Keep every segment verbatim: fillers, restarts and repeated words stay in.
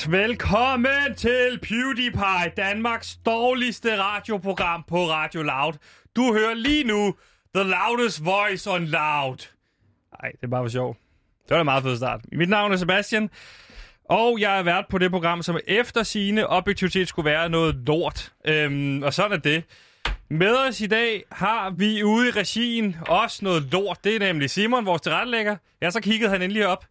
Velkommen til PewDiePie, Danmarks dårligste radioprogram på Radio Loud. Du hører lige nu The Loudest Voice on Loud. Nej, det er bare for sjov. Det var da meget fed start. Mit navn er Sebastian, og jeg er vært på det program, som efter sigende objektivitet skulle være noget lort. Øhm, og sådan er det. Med os i dag har vi ude i regien også noget lort. Det er nemlig Simon, vores tilrettelægger. Ja, så kiggede han endelig op.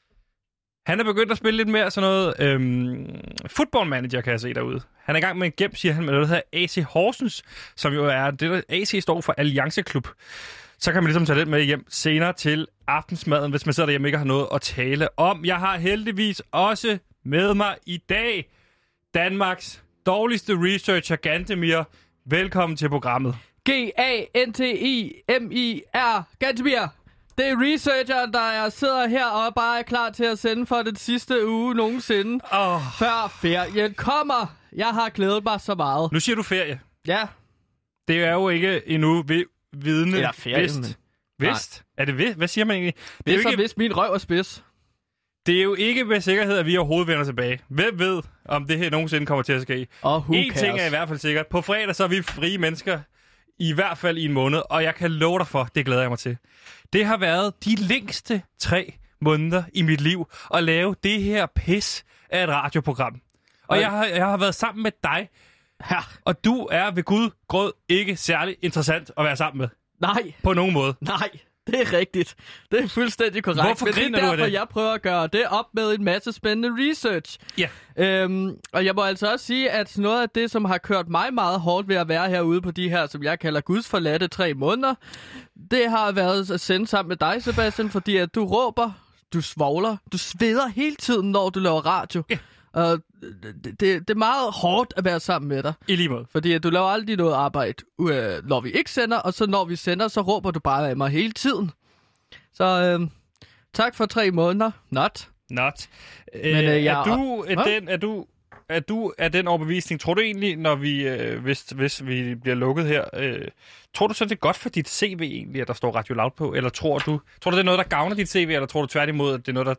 Han er begyndt at spille lidt mere sådan noget øhm, football manager, kan jeg se derude. Han er i gang med en gem, siger han, med noget, der hedder A C Horsens, som jo er det, der A C står for Allianceklub. Så kan man ligesom tage den med hjem senere til aftensmaden, hvis man sidder derhjemme ikke har noget at tale om. Jeg har heldigvis også med mig i dag Danmarks dårligste researcher, Gantemir. Velkommen til programmet. G A N T I M I R Gantemir. Det er researcheren, der er, sidder her og bare er klar til at sende for den sidste uge nogensinde. Oh. Før ferien kommer. Jeg har glædet mig så meget. Nu siger du ferie. Ja. Det er jo ikke endnu ved vidne. Eller ferie. Vist. Vist? Er det vist? Hvad siger man egentlig? Det, det er, er så ikke... vist min røv er spids. Det er jo ikke med sikkerhed, at vi overhovedet vender tilbage. Hvem ved, om det her nogensinde kommer til at ske? Og en ting er i hvert fald sikkert. På fredag så er vi frie mennesker. I hvert fald i en måned. Og jeg kan love dig for, det glæder jeg mig til. Det har været de længste tre måneder i mit liv at lave det her pis af et radioprogram. Og okay. jeg, har, jeg har været sammen med dig. Ja. Og du er ved Gud grød ikke særlig interessant at være sammen med. Nej. På nogen måde. Nej, det er rigtigt. Det er fuldstændig korrekt. Hvorfor Men griner det er du af derfor, det? jeg prøver at gøre det op med en masse spændende research. Ja. Øhm, og jeg må altså også sige, at noget af det, som har kørt mig meget hårdt ved at være herude på de her, som jeg kalder Guds forladte tre måneder, det har været at sende sammen med dig, Sebastian, fordi at du råber, du svogler, du sveder hele tiden, når du laver radio. Ja. Og det, det, det er meget hårdt at være sammen med dig. I lige måde. Fordi at du laver aldrig noget arbejde, øh, når vi ikke sender, og så når vi sender, så råber du bare af mig hele tiden. Så øh, tak for tre måneder. Not. Not. Men, øh, er, jeg... du, er, den, er, du, er du af den overbevisning, tror du egentlig, når vi, øh, hvis, hvis vi bliver lukket her, øh, tror du så, det er godt for dit C V egentlig, at der står Radio Loud på? Eller tror du, tror du det er noget, der gavner dit C V, eller tror du tværtimod, at det er noget, der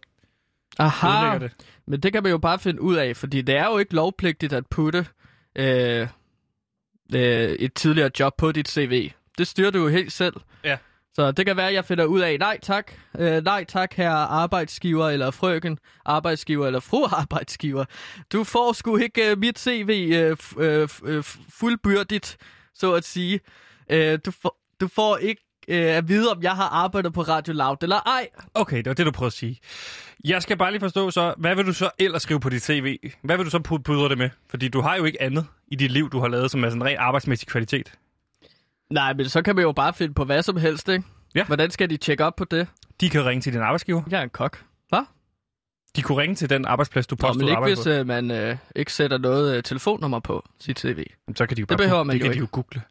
Aha, det? Men det kan man jo bare finde ud af, fordi det er jo ikke lovpligtigt at putte øh, øh, et tidligere job på dit C V. Det styrer du jo helt selv. Ja. Så det kan være, at jeg finder ud af, nej tak, øh, nej tak herre arbejdsgiver eller frøken arbejdsgiver eller fru arbejdsgiver. Du får sgu ikke øh, mit C V øh, øh, øh, fuldbyrdigt, så at sige. Øh, du, får, du får ikke øh, at vide, om jeg har arbejdet på Radio Loud eller ej. Okay, det var det, du prøvede at sige. Jeg skal bare lige forstå så, hvad vil du så ellers skrive på dit C V? Hvad vil du så pudre det med? Fordi du har jo ikke andet i dit liv, du har lavet, som er sådan en ren arbejdsmæssig kvalitet. Nej, men så kan man jo bare finde på hvad som helst, ikke? Ja. Hvordan skal de tjekke op på det? De kan ringe til din arbejdsgiver. Jeg er en kok. Hvad? De kunne ringe til den arbejdsplads, du påstod at arbejde på. Men ikke, hvis uh, man uh, ikke sætter noget uh, telefonnummer på sit C V. Jamen, så kan de jo det bare behøver man det jo kan ikke. De jo google.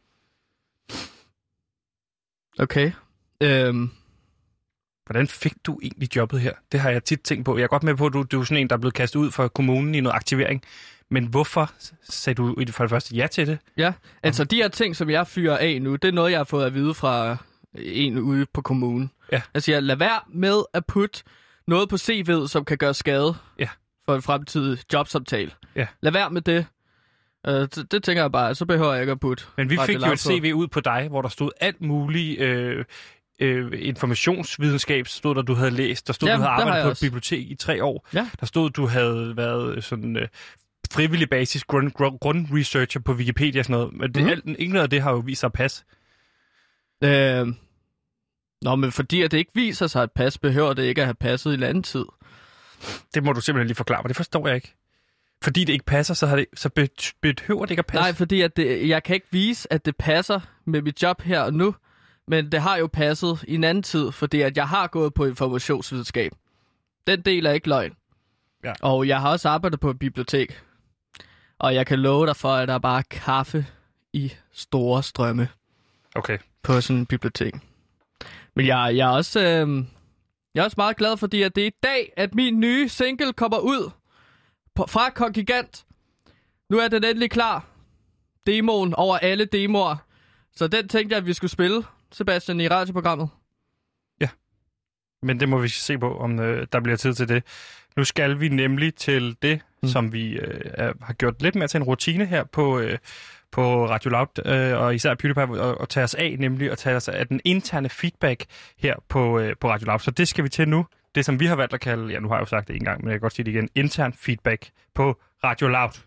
Okay. Øhm. Hvordan fik du egentlig jobbet her? Det har jeg tit tænkt på. Jeg er godt med på, at du, du er sådan en, der er blevet kastet ud fra kommunen i noget aktivering. Men hvorfor sagde du for det første ja til det? Ja, altså de her ting, som jeg fyrer af nu, det er noget, jeg har fået at vide fra en ude på kommunen. Ja. Jeg siger, lad være med at putte noget på C V'et, som kan gøre skade ja. for en fremtidig jobsamtale. Ja. Lad være med det. Uh, det, det tænker jeg bare, så behøver jeg ikke at putte. Men vi fik jo et C V ud på dig, hvor der stod alt muligt øh, øh, informationsvidenskab, stod der, du havde læst. Der stod, ja, du havde arbejdet på et bibliotek i tre år. Ja. Der stod, du havde været sådan øh, frivillig basis grund, grund, grundresearcher på Wikipedia og sådan noget. Men det, mm. alt, ingen af det har jo vist sig at passe. Øh, nå, men fordi at det ikke viser sig at passe, behøver det ikke at have passet i en anden tid. Det må du simpelthen lige forklare mig. Det forstår jeg ikke. Fordi det ikke passer, så, har det, så behøver det ikke at passe? Nej, fordi at det, jeg kan ikke vise, at det passer med mit job her og nu. Men det har jo passet i en anden tid, fordi at jeg har gået på informationsvidenskab. Den del er ikke løgn. Ja. Og jeg har også arbejdet på et bibliotek. Og jeg kan love dig for, at der er bare kaffe i store strømme. Okay. På sådan et bibliotek. Men jeg, jeg, er også, øh, jeg er også meget glad, fordi at det er i dag, at min nye single kommer ud på, fra Kongigant. Nu er den endelig klar. Demoen over alle demoer. Så den tænkte jeg, at vi skulle spille, Sebastian, i radioprogrammet. Ja, men det må vi se på, om øh, der bliver tid til det. Nu skal vi nemlig til det, mm. som vi øh, er, har gjort lidt mere til en rutine her på, øh, på Radio Loud, øh, og især PewDiePie, og, og tage os af, nemlig at tage os af den interne feedback her på, øh, på Radio Loud. Så det skal vi til nu. Det, som vi har valgt at kalde, ja, nu har jeg jo sagt det en gang, men jeg kan godt sige det igen, intern feedback på Radio Loud.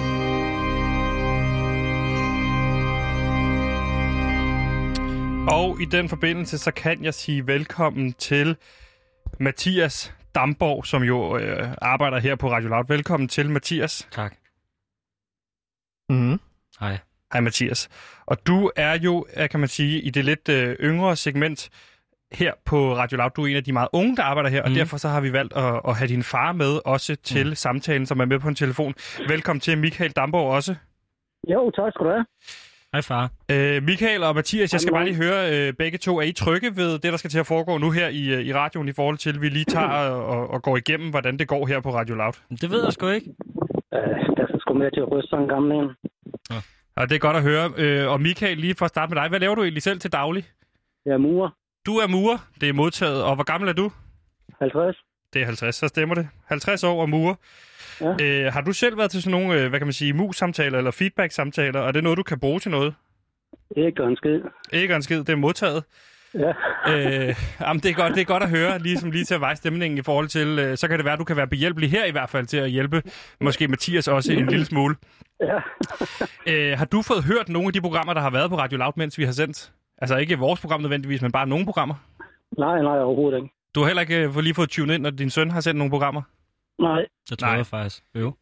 Og i den forbindelse, så kan jeg sige velkommen til Mathias Damborg, som jo øh, arbejder her på Radio Loud. Velkommen til, Mathias. Tak. Mhm. Hej. Hej, Mathias. Og du er jo, kan man sige, i det lidt øh, yngre segment her på Radio Loud. Du er en af de meget unge, der arbejder her, mm. og derfor så har vi valgt at, at have din far med også til mm. samtalen, som er med på en telefon. Velkommen til Michael Damborg også. Jo, tak skal du have. Hej, far. Øh, Michael og Mathias, jeg skal bare lige høre øh, begge to. Er I trygge ved det, der skal til at foregå nu her i, i radioen i forhold til, at vi lige tager og, og går igennem, hvordan det går her på Radio Loud? Det ved jeg sgu ikke. Øh, der skal sgu mere til at ryste sådan en gammel en. Ja. Og det er godt at høre. Øh, og Michael, lige for at starte med dig. Hvad laver du egentlig selv til daglig? Jeg er murer. Du er murer. Det er modtaget. Og hvor gammel er du? halvtreds. Det er halvtreds, så stemmer det. halvtreds år og murer. Ja. Øh, har du selv været til sådan nogle, øh, hvad kan man sige, mus-samtaler eller feedback-samtaler? Og er det noget, du kan bruge til noget? Ikke en skid. Ikke en skid, det er modtaget. Ja. øh, jamen, det er godt, det er godt at høre, ligesom lige til at veje stemningen i forhold til, øh, så kan det være, at du kan være behjælpelig her i hvert fald til at hjælpe måske Mathias også en lille smule. Ja. øh, har du fået hørt nogle af de programmer, der har været på Radio Loud, mens vi har sendt? Altså ikke vores program nødvendigvis, men bare nogle programmer? Nej, nej, overhovedet ikke. Du har heller ikke uh, lige fået tunet ind, når din søn har sendt nogle programmer? Nej. Det tror jeg faktisk. Jo.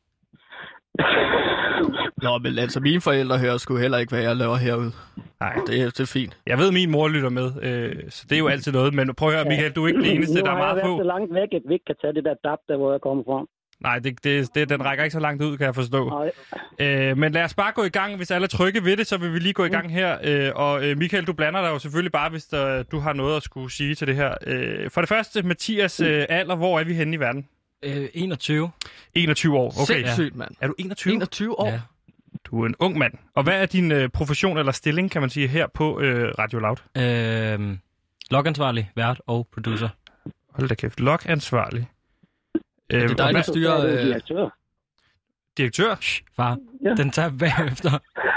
Nå, men altså, mine forældre hører sgu heller ikke, hvad jeg laver herude. Nej, det er, det er fint. Jeg ved, min mor lytter med, øh, så det er jo altid noget. Men prøv at høre, Michael, du er ikke den eneste, der er meget få. Nu har jeg været så langt væk, at vi ikke kan tage det der dab, der hvor jeg kommer fra. Nej, det, det, det, den rækker ikke så langt ud, kan jeg forstå. Nej. Øh, men lad os bare gå i gang. Hvis alle er trygge ved det, så vil vi lige gå i gang her. Øh, og øh, Michael, du blander dig jo selvfølgelig bare, hvis der, du har noget at skulle sige til det her. Øh, for det første, Mathias øh, alder, hvor er vi henne i verden? Øh, enogtyve. enogtyve år, okay. Sindssygt, mand. Er du enogtyve? enogtyve år? Ja. Du er en ung mand. Og hvad er din øh, profession eller stilling, kan man sige, her på øh, Radio Loud? Øh, logansvarlig, vært og producer. Hold da kæft. Logansvarlig. Øh, det er dig, der styrer... Øh... Direktør. Direktør? Shh, far, ja. Den tager bagefter.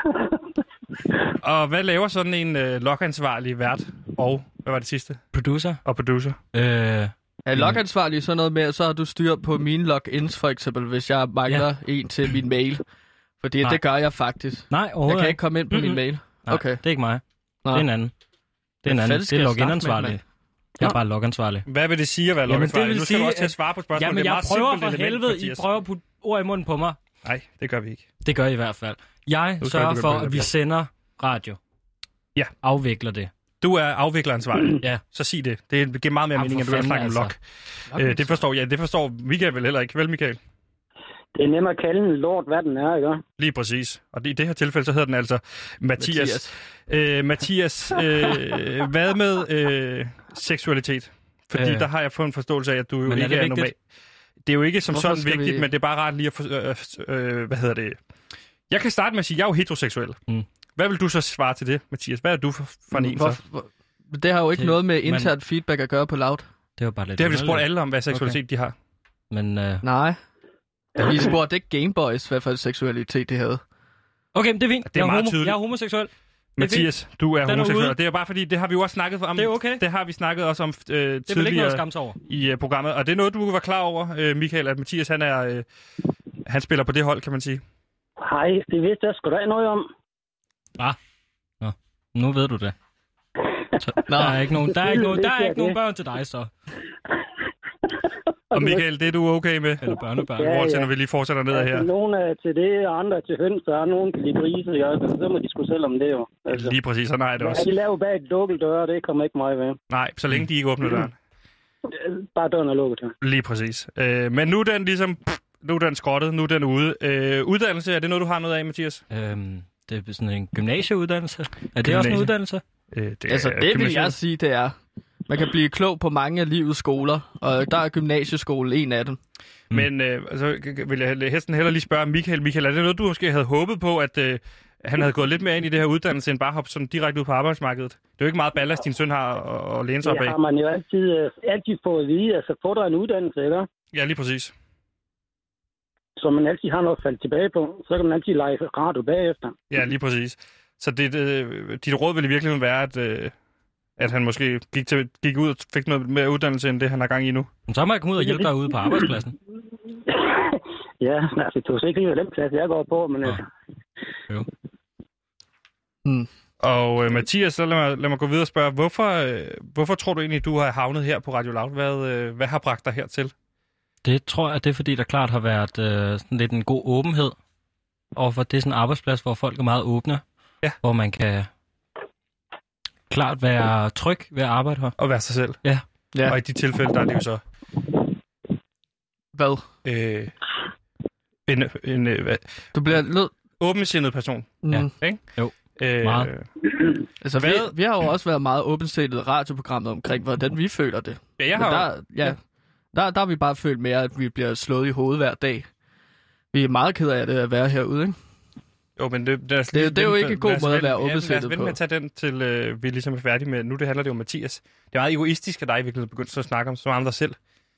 Og hvad laver sådan en øh, logansvarlig vært og, hvad var det sidste? Producer. Og producer. Øh... Er logansvarlig sådan noget med, så har du styr på mine logins, for eksempel, hvis jeg mangler ja. en til min mail? Fordi Nej. det gør jeg faktisk. Nej, overhovedet. Jeg kan ikke komme ind på mm-hmm. min mail. Nej, okay. det er ikke mig. Nej. Det er en anden. Det er en anden. Det er loginansvarlig. Jeg er bare logansvarlig. Hvad vil det sige at være logansvarlig? Nu skal du også til at svare på spørgsmålet. Jamen, jeg prøver for helvede, I prøver at putte ord i munden på mig. Nej, det gør vi ikke. Det gør I i hvert fald. Jeg sørger for, at vi sender radio. Ja. Afvikler det. Du er afvikleransvarlig. Ja. Så sig det. Det giver meget mere mening, end du kan snakke om log. Øh, det forstår jeg. Det forstår Michael vel heller ikke. Vel, Michael? Det er nemmere at kalde en lort, hvad den er, ikke? Lige præcis. Og i det her tilfælde, så hedder den altså Mathias. Mathias, øh, Mathias øh, hvad med øh, seksualitet? Fordi øh. der har jeg fået en forståelse af, at du jo ikke er, er normal. Det er jo ikke som Hvorfor sådan vigtigt, vi... men det er bare rart lige at få... Øh, øh, hvad hedder det? Jeg kan starte med at sige, at jeg er jo heteroseksuel. Mm. Hvad vil du så svare til det, Mathias? Hvad er du for, for en, Hvor, så? Hvor, det har jo ikke det, noget med intern men... feedback at gøre på Loud. Det var bare lidt det har vi spurgt alle om, hvad seksualitet okay. de har. Men... Øh... Nej. Vi spurgte ikke Gameboys, hvad for seksualitet det havde. Okay, men det er fint. Det er jeg, meget homo. tydeligt. jeg er homoseksuel. Mathias, du er Den homoseksuel. Er det er bare fordi, det har vi jo også snakket om. Det er okay. Det har vi snakket også om øh, tidligere det er vel ikke noget skams over. i uh, programmet. Og det er noget, du var klar over, øh, Michael, at Mathias, han er øh, han spiller på det hold, kan man sige. Nej, det vidste jeg sgu da ikke noget om. Ah. Nå, nu ved du det. Så, der er ikke nogen, der er ikke nogen, der er ikke nogen børn til dig, så. Og Michael, det er du okay med? Eller børnebørn? Ja, ja. Til, når vi lige fortsætter ned her. Nogle er til det, og andre er til høns, og nogen kan lide grise. Ja. Så må de sgu selv om det jo. Altså. Lige præcis, sådan er det også. Ja, de laver bag et lukket dør, det kommer ikke mig ved. Nej, så længe de ikke åbner døren. Bare døren er lukket. Ja. Lige præcis. Øh, men nu er den ligesom, nu er den skrottet, nu er den ude. Øh, uddannelse, er det noget, du har noget af, Mathias? Øhm, det er sådan en gymnasieuddannelse. Er det Gymnasie. Også en uddannelse? Øh, det altså, det gymnasie. Vil jeg sige, det er. Man kan blive klog på mange af livets skoler, og der er gymnasieskole en af dem. Mm. Men øh, altså, vil jeg hesten heller lige spørge Michael. Michael, er det noget, du måske havde håbet på, at øh, han havde gået lidt mere ind i det her uddannelse, end bare hoppe sådan direkte ud på arbejdsmarkedet? Det er jo ikke meget ballast, din søn har at, at læne sig op af. Det har man jo altid, altid fået at vide. Altså, får der en uddannelse, ikke? Ja, lige præcis. så man altid har noget at falde tilbage på. Så kan man altid lege radio bagefter. Ja, lige præcis. Så det, det, dit råd ville i virkeligheden være, at, øh, at han måske gik, til, gik ud og fik noget mere uddannelse, end det, han har gang i nu? Men så må jeg komme ud og hjælpe dig ude på arbejdspladsen. Ja, altså, det er jo ikke lige den plads, jeg går på, men... Ja. Altså... Jo. Hmm. Og øh, Mathias, så lad mig, lad mig gå videre og spørge, hvorfor, øh, hvorfor tror du egentlig, du har havnet her på Radio Loud? Hvad, øh, hvad har bragt dig hertil? Det tror jeg, det er fordi, der klart har været øh, sådan lidt en god åbenhed overfor det er sådan en arbejdsplads, hvor folk er meget åbne, ja. Hvor man kan klart være tryg ved at arbejde her. Og være sig selv. Ja. ja. Og i de tilfælde, der er det jo så... Hvad? Øh, en, en, øh, hvad? Du bliver nødt... Åbensindet person. Mm. Ja, ikke? Jo, øh, meget. Altså, vi, vi har jo også været meget åbensindet radioprogrammet omkring, hvordan vi føler det. Ja, jeg har der, ja, ja. Der, der har vi bare følt mere, at vi bliver slået i hovedet hver dag. Vi er meget ked af det at være herude, ikke? Jo, men det, det, det, det er jo ikke en god måde at være åbensindet på. Lad os vente med at tage den til, øh, vi ligesom er færdige med. Nu det handler det om Mathias. Det er meget egoistisk af dig i virkeligheden begyndt at snakke om så andre selv.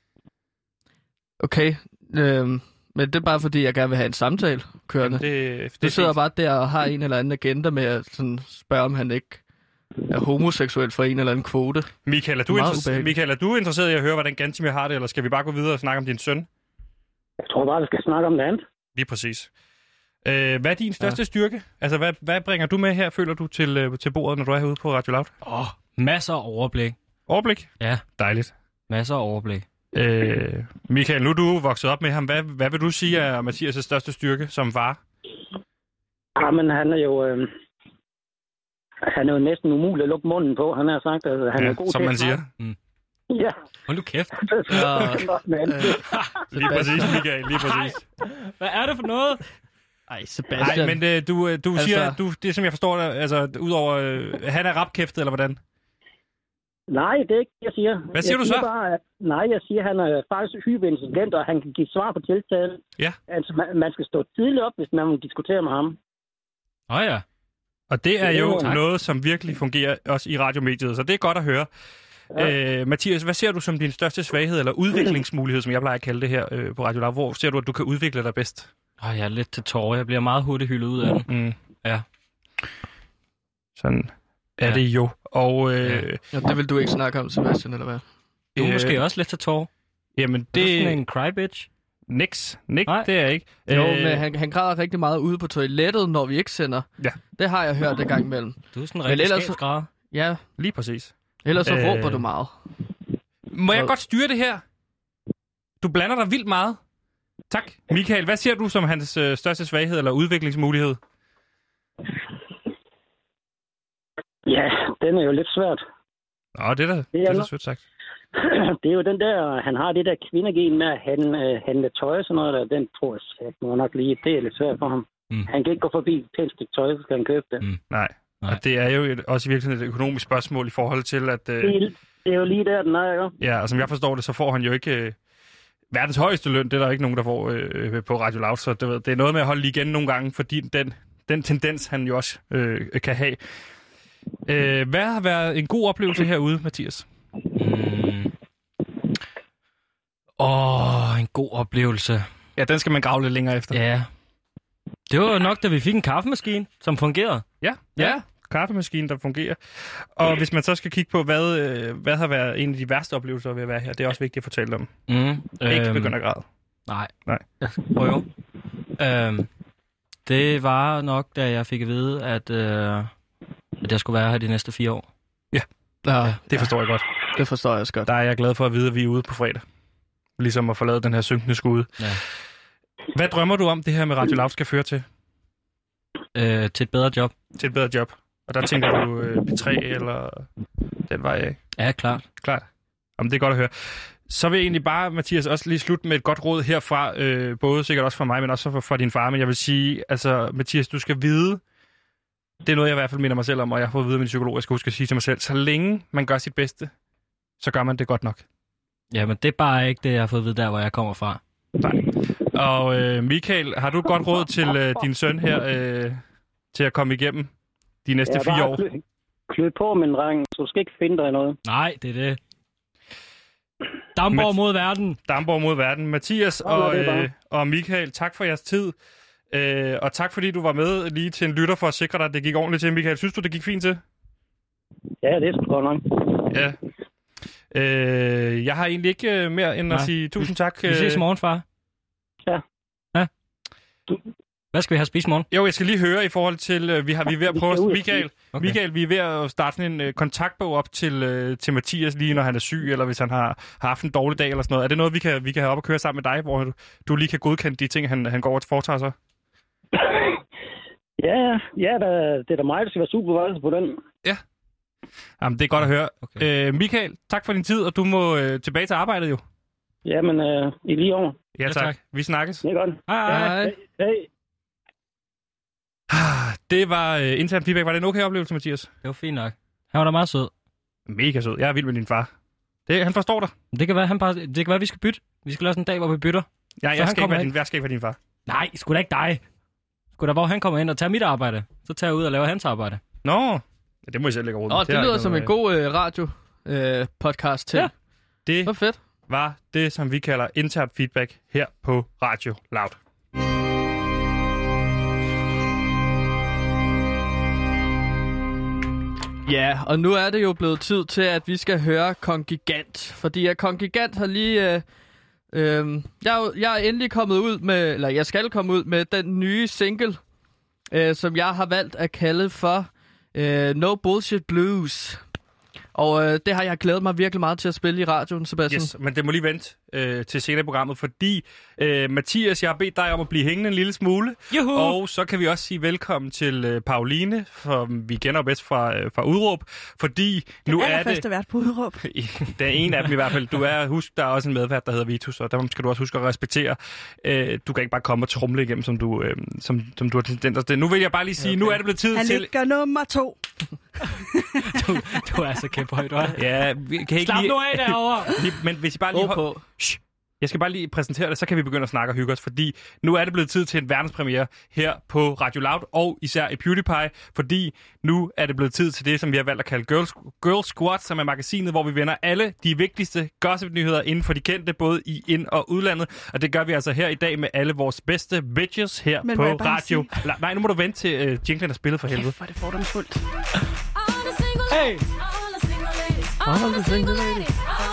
Okay, øh, men det er bare fordi, jeg gerne vil have en samtale kørende. Det, det du sidder fint. Bare der og har en eller anden agenda med at sådan spørge, om han ikke er homoseksuel for en eller anden kvote. Michael, er du, inter- Michael, er du interesseret i at høre, hvordan Gantimir har det, eller skal vi bare gå videre og snakke om din søn? Jeg tror bare, vi skal snakke om det andet. Lige præcis. Øh, hvad er din største ja. styrke? Altså, hvad, hvad bringer du med her, føler du, til, øh, til bordet, når du er herude på Radio Loud? Åh, oh, masser af overblik. Overblik? Ja. Dejligt. Masser af overblik. Øh, Michael, nu er du vokset op med ham. Hvad, hvad vil du sige er Mathias' største styrke som far? Jamen, han er jo... Øh... Han er jo næsten umulig at lukke munden på. Han har sagt, at han ja, er god som til man siger. Mm. Ja. Hold nu kæft. Ja. Lige præcis, Michael. Lige præcis. Ej, hvad er det for noget? Ej, Sebastian. Nej, men øh, du, du altså... siger, du, det som jeg forstår, altså udover, øh, han er rapkæftet, eller hvordan? Nej, det er ikke jeg siger. Hvad siger jeg du siger så? Bare, at, nej, jeg siger, at han er faktisk hyperintelligent, og han kan give svar på tiltale. Ja. Altså, man, man skal stå tidligt op, hvis man vil diskutere med ham. Åh oh, ja. Og det er jo tak. Noget, som virkelig fungerer også i radiomediet, så det er godt at høre. Ja. Øh, Mathias, hvad ser du som din største svaghed, eller udviklingsmulighed, som jeg plejer at kalde det her øh, på Radio Loud? Hvor ser du, at du kan udvikle dig bedst? Åh, oh, jeg er lidt til tårer. Jeg bliver meget hurtigt hyldet ud af den. Mm. Ja. Sådan er ja. det jo. Og, øh, ja. Ja, det vil du ikke snakke om, Sebastian, eller hvad? Du er øh, måske også lidt til tårer. Jamen, det... Er du sådan en cry-bitch? Niks. Nick, Nej. Det er jeg ikke. Jo, øh... men han, han græder rigtig meget ude på toilettet, når vi ikke sender. Ja. Det har jeg hørt det gang imellem. Du er sådan en rigtig skabsgræder. Ja. Lige præcis. Ellers så øh... råber du meget. Må jeg godt styre det her? Du blander dig vildt meget. Tak. Michael, hvad ser du som hans øh, største svaghed eller udviklingsmulighed? Ja, den er jo lidt svært. Nå, det er da, det er det er sødt sagt. Det er jo den der, han har det der kvindegen med at handle, øh, handle tøj og sådan noget der. Den tror jeg må nok lige, det er lidt svært for ham. Mm. Han kan ikke gå forbi et pænt stykke tøj, så skal han købe det. Mm. Nej. Nej, og det er jo et, også i virkeligheden et økonomisk spørgsmål i forhold til, at... Øh, det, er, det er jo lige der, den er, jo. Ja, og som jeg forstår det, så får han jo ikke øh, verdens højeste løn. Det er der ikke nogen, der får øh, på Radio Loud, så det, det er noget med at holde lige igen nogle gange, fordi den, den tendens, han jo også øh, kan have. Øh, hvad har været en god oplevelse herude, Mathias? Mm. Åh, oh, en god oplevelse. Ja, den skal man grave lidt længere efter. Ja. Det var nok, da vi fik en kaffemaskine, som fungerede. Ja, ja. ja. Kaffemaskine, der fungerer. Og hvis man så skal kigge på, hvad, øh, hvad har været en af de værste oplevelser ved at være her, det er også vigtigt at fortælle om. Mm, ikke øhm, begynde at græde. Nej. Nej. Prøv jo. Øhm, det var nok, da jeg fik at vide, at, øh, at jeg skulle være her de næste fire år. Ja, ja det forstår ja. jeg godt. Det forstår jeg også godt. Der er jeg glad for at vide, at vi er ude på fredag. Ligesom at forlade den her synkende skude. Ja. Hvad drømmer du om, det her med Radio Loud skal føre til? Øh, til et bedre job. Til et bedre job. Og der tænker du øh, P tre eller den vej af? Ja, klart. Klart. Jamen, det er godt at høre. Så vil jeg egentlig bare, Mathias, også lige slutte med et godt råd herfra. Øh, både sikkert også fra mig, men også fra, fra din far. Men jeg vil sige, altså, Mathias, du skal vide, det er noget, jeg i hvert fald minder mig selv om, og jeg har fået at vide af min psykolog, jeg skal huske at sige til mig selv, så længe man gør sit bedste, så gør man det godt nok. Ja, men det er bare ikke det, jeg har fået at vide der, hvor jeg kommer fra. Nej. Og øh, Michael, har du et godt råd til øh, din søn her, øh, til at komme igennem de næste fire år? Klød på, min dreng. Du skal ikke finde dig noget. Nej, det er det. Damborg Mat- mod verden. Damborg mod verden. Mathias Sådan er og, det bare. øh, og Michael, tak for jeres tid. Øh, og tak fordi du var med lige til en lytter for at sikre dig, at det gik ordentligt til, Michael. Synes du, det gik fint til? Ja, det er sgu godt nok. Ja. Øh, jeg har egentlig ikke øh, mere end at Nej. sige tusind tak. Vi ses i morgen, far. Ja. Ja. Hvad skal vi have spist i morgen? Jo, jeg skal lige høre i forhold til, øh, vi har vi er ved at Vi prøve, skal ud og Michael, Okay. Michael, vi er ved at starte sådan en øh, kontaktbog op til, øh, til Mathias lige når han er syg, eller hvis han har, har haft en dårlig dag eller sådan noget. Er det noget, vi kan, vi kan have op og køre sammen med dig, hvor du, du lige kan godkende de ting, han, han går over til foretager sig? Ja, ja, der, det er da mig, der skal være supervisor på den. Jamen, det er godt at høre. Okay. Øh, Michael, tak for din tid, og du må øh, tilbage til arbejdet jo. Jamen, øh, I er lige over. Ja, Ja, tak. tak. Vi snakkes. Det er godt. Hej, hej. Hej. Hej. Det var øh, intern feedback. Var det en okay oplevelse, Mathias? Det var fint nok. Han var da meget sød. Mega sød. Jeg er vild med din far. Det, han forstår dig. Det kan være, han bare, det kan være, vi skal bytte. Vi skal lave sådan en dag, hvor vi bytter. Ja, Så jeg, han skal ikke kommer være ind. din, jeg skal ikke være din far. Nej, sgu da ikke dig. Sgu da, hvor han kommer ind og tager mit arbejde. Så tager jeg ud og laver hans arbejde. Nå, ja, det må jeg selv lægge råd med. Åh, det har jeg lyder ikke som noget en god øh, radio øh, podcast til. Ja. Ja. Det Hvor fedt. var det, som vi kalder intern feedback her på Radio Loud. Ja, og nu er det jo blevet tid til, at vi skal høre Kong Gigant. Fordi at Kong Gigant har lige... Øh, øh, jeg, er jo, jeg er endelig kommet ud med... Eller jeg skal komme ud med den nye single, øh, som jeg har valgt at kalde for øh, No Bullshit Blues. Og øh, det har jeg glædet mig virkelig meget til at spille i radioen, Sebastian. Yes, men det må lige vente øh, til senere i programmet, fordi øh, Mathias, jeg har bedt dig om at blive hængende en lille smule. Juhu! Og så kan vi også sige velkommen til øh, Pauline, som vi kender bedst fra, øh, fra Udråb, fordi Den nu er det... allerførste vært på Udråb. Der er en af dem i hvert fald. Du er, husk, der er også en medvært, der hedder Vitus, og der skal du også huske at respektere. Øh, du kan ikke bare komme og trumle igennem, som du, øh, som, som du har tendens til. Nu vil jeg bare lige sige, okay. Nu er det blevet tid Han til... ligger nummer to. Du, du er så kæmpe højt, du er. Ja, vi kan ikke Slap lige... nu af derovre! lige... Men hvis I bare lige... Ro på. Shh. Jeg skal bare lige præsentere det, så kan vi begynde at snakke og hygge os, fordi nu er det blevet tid til en verdenspremiere her på Radio Loud, og især i PewDiePie, fordi nu er det blevet tid til det, som vi har valgt at kalde Girl, Girl Squad, som er magasinet, hvor vi vender alle de vigtigste gossip-nyheder inden for de kendte, både i ind- og udlandet, og det gør vi altså her i dag med alle vores bedste bitches her Men på må jeg bare Radio. sige- La- Nej, nu må du vente til uh, jinglen er spillet for helvede. Kæft, hvor er det fordomsfuldt. Hey! All the single ladies.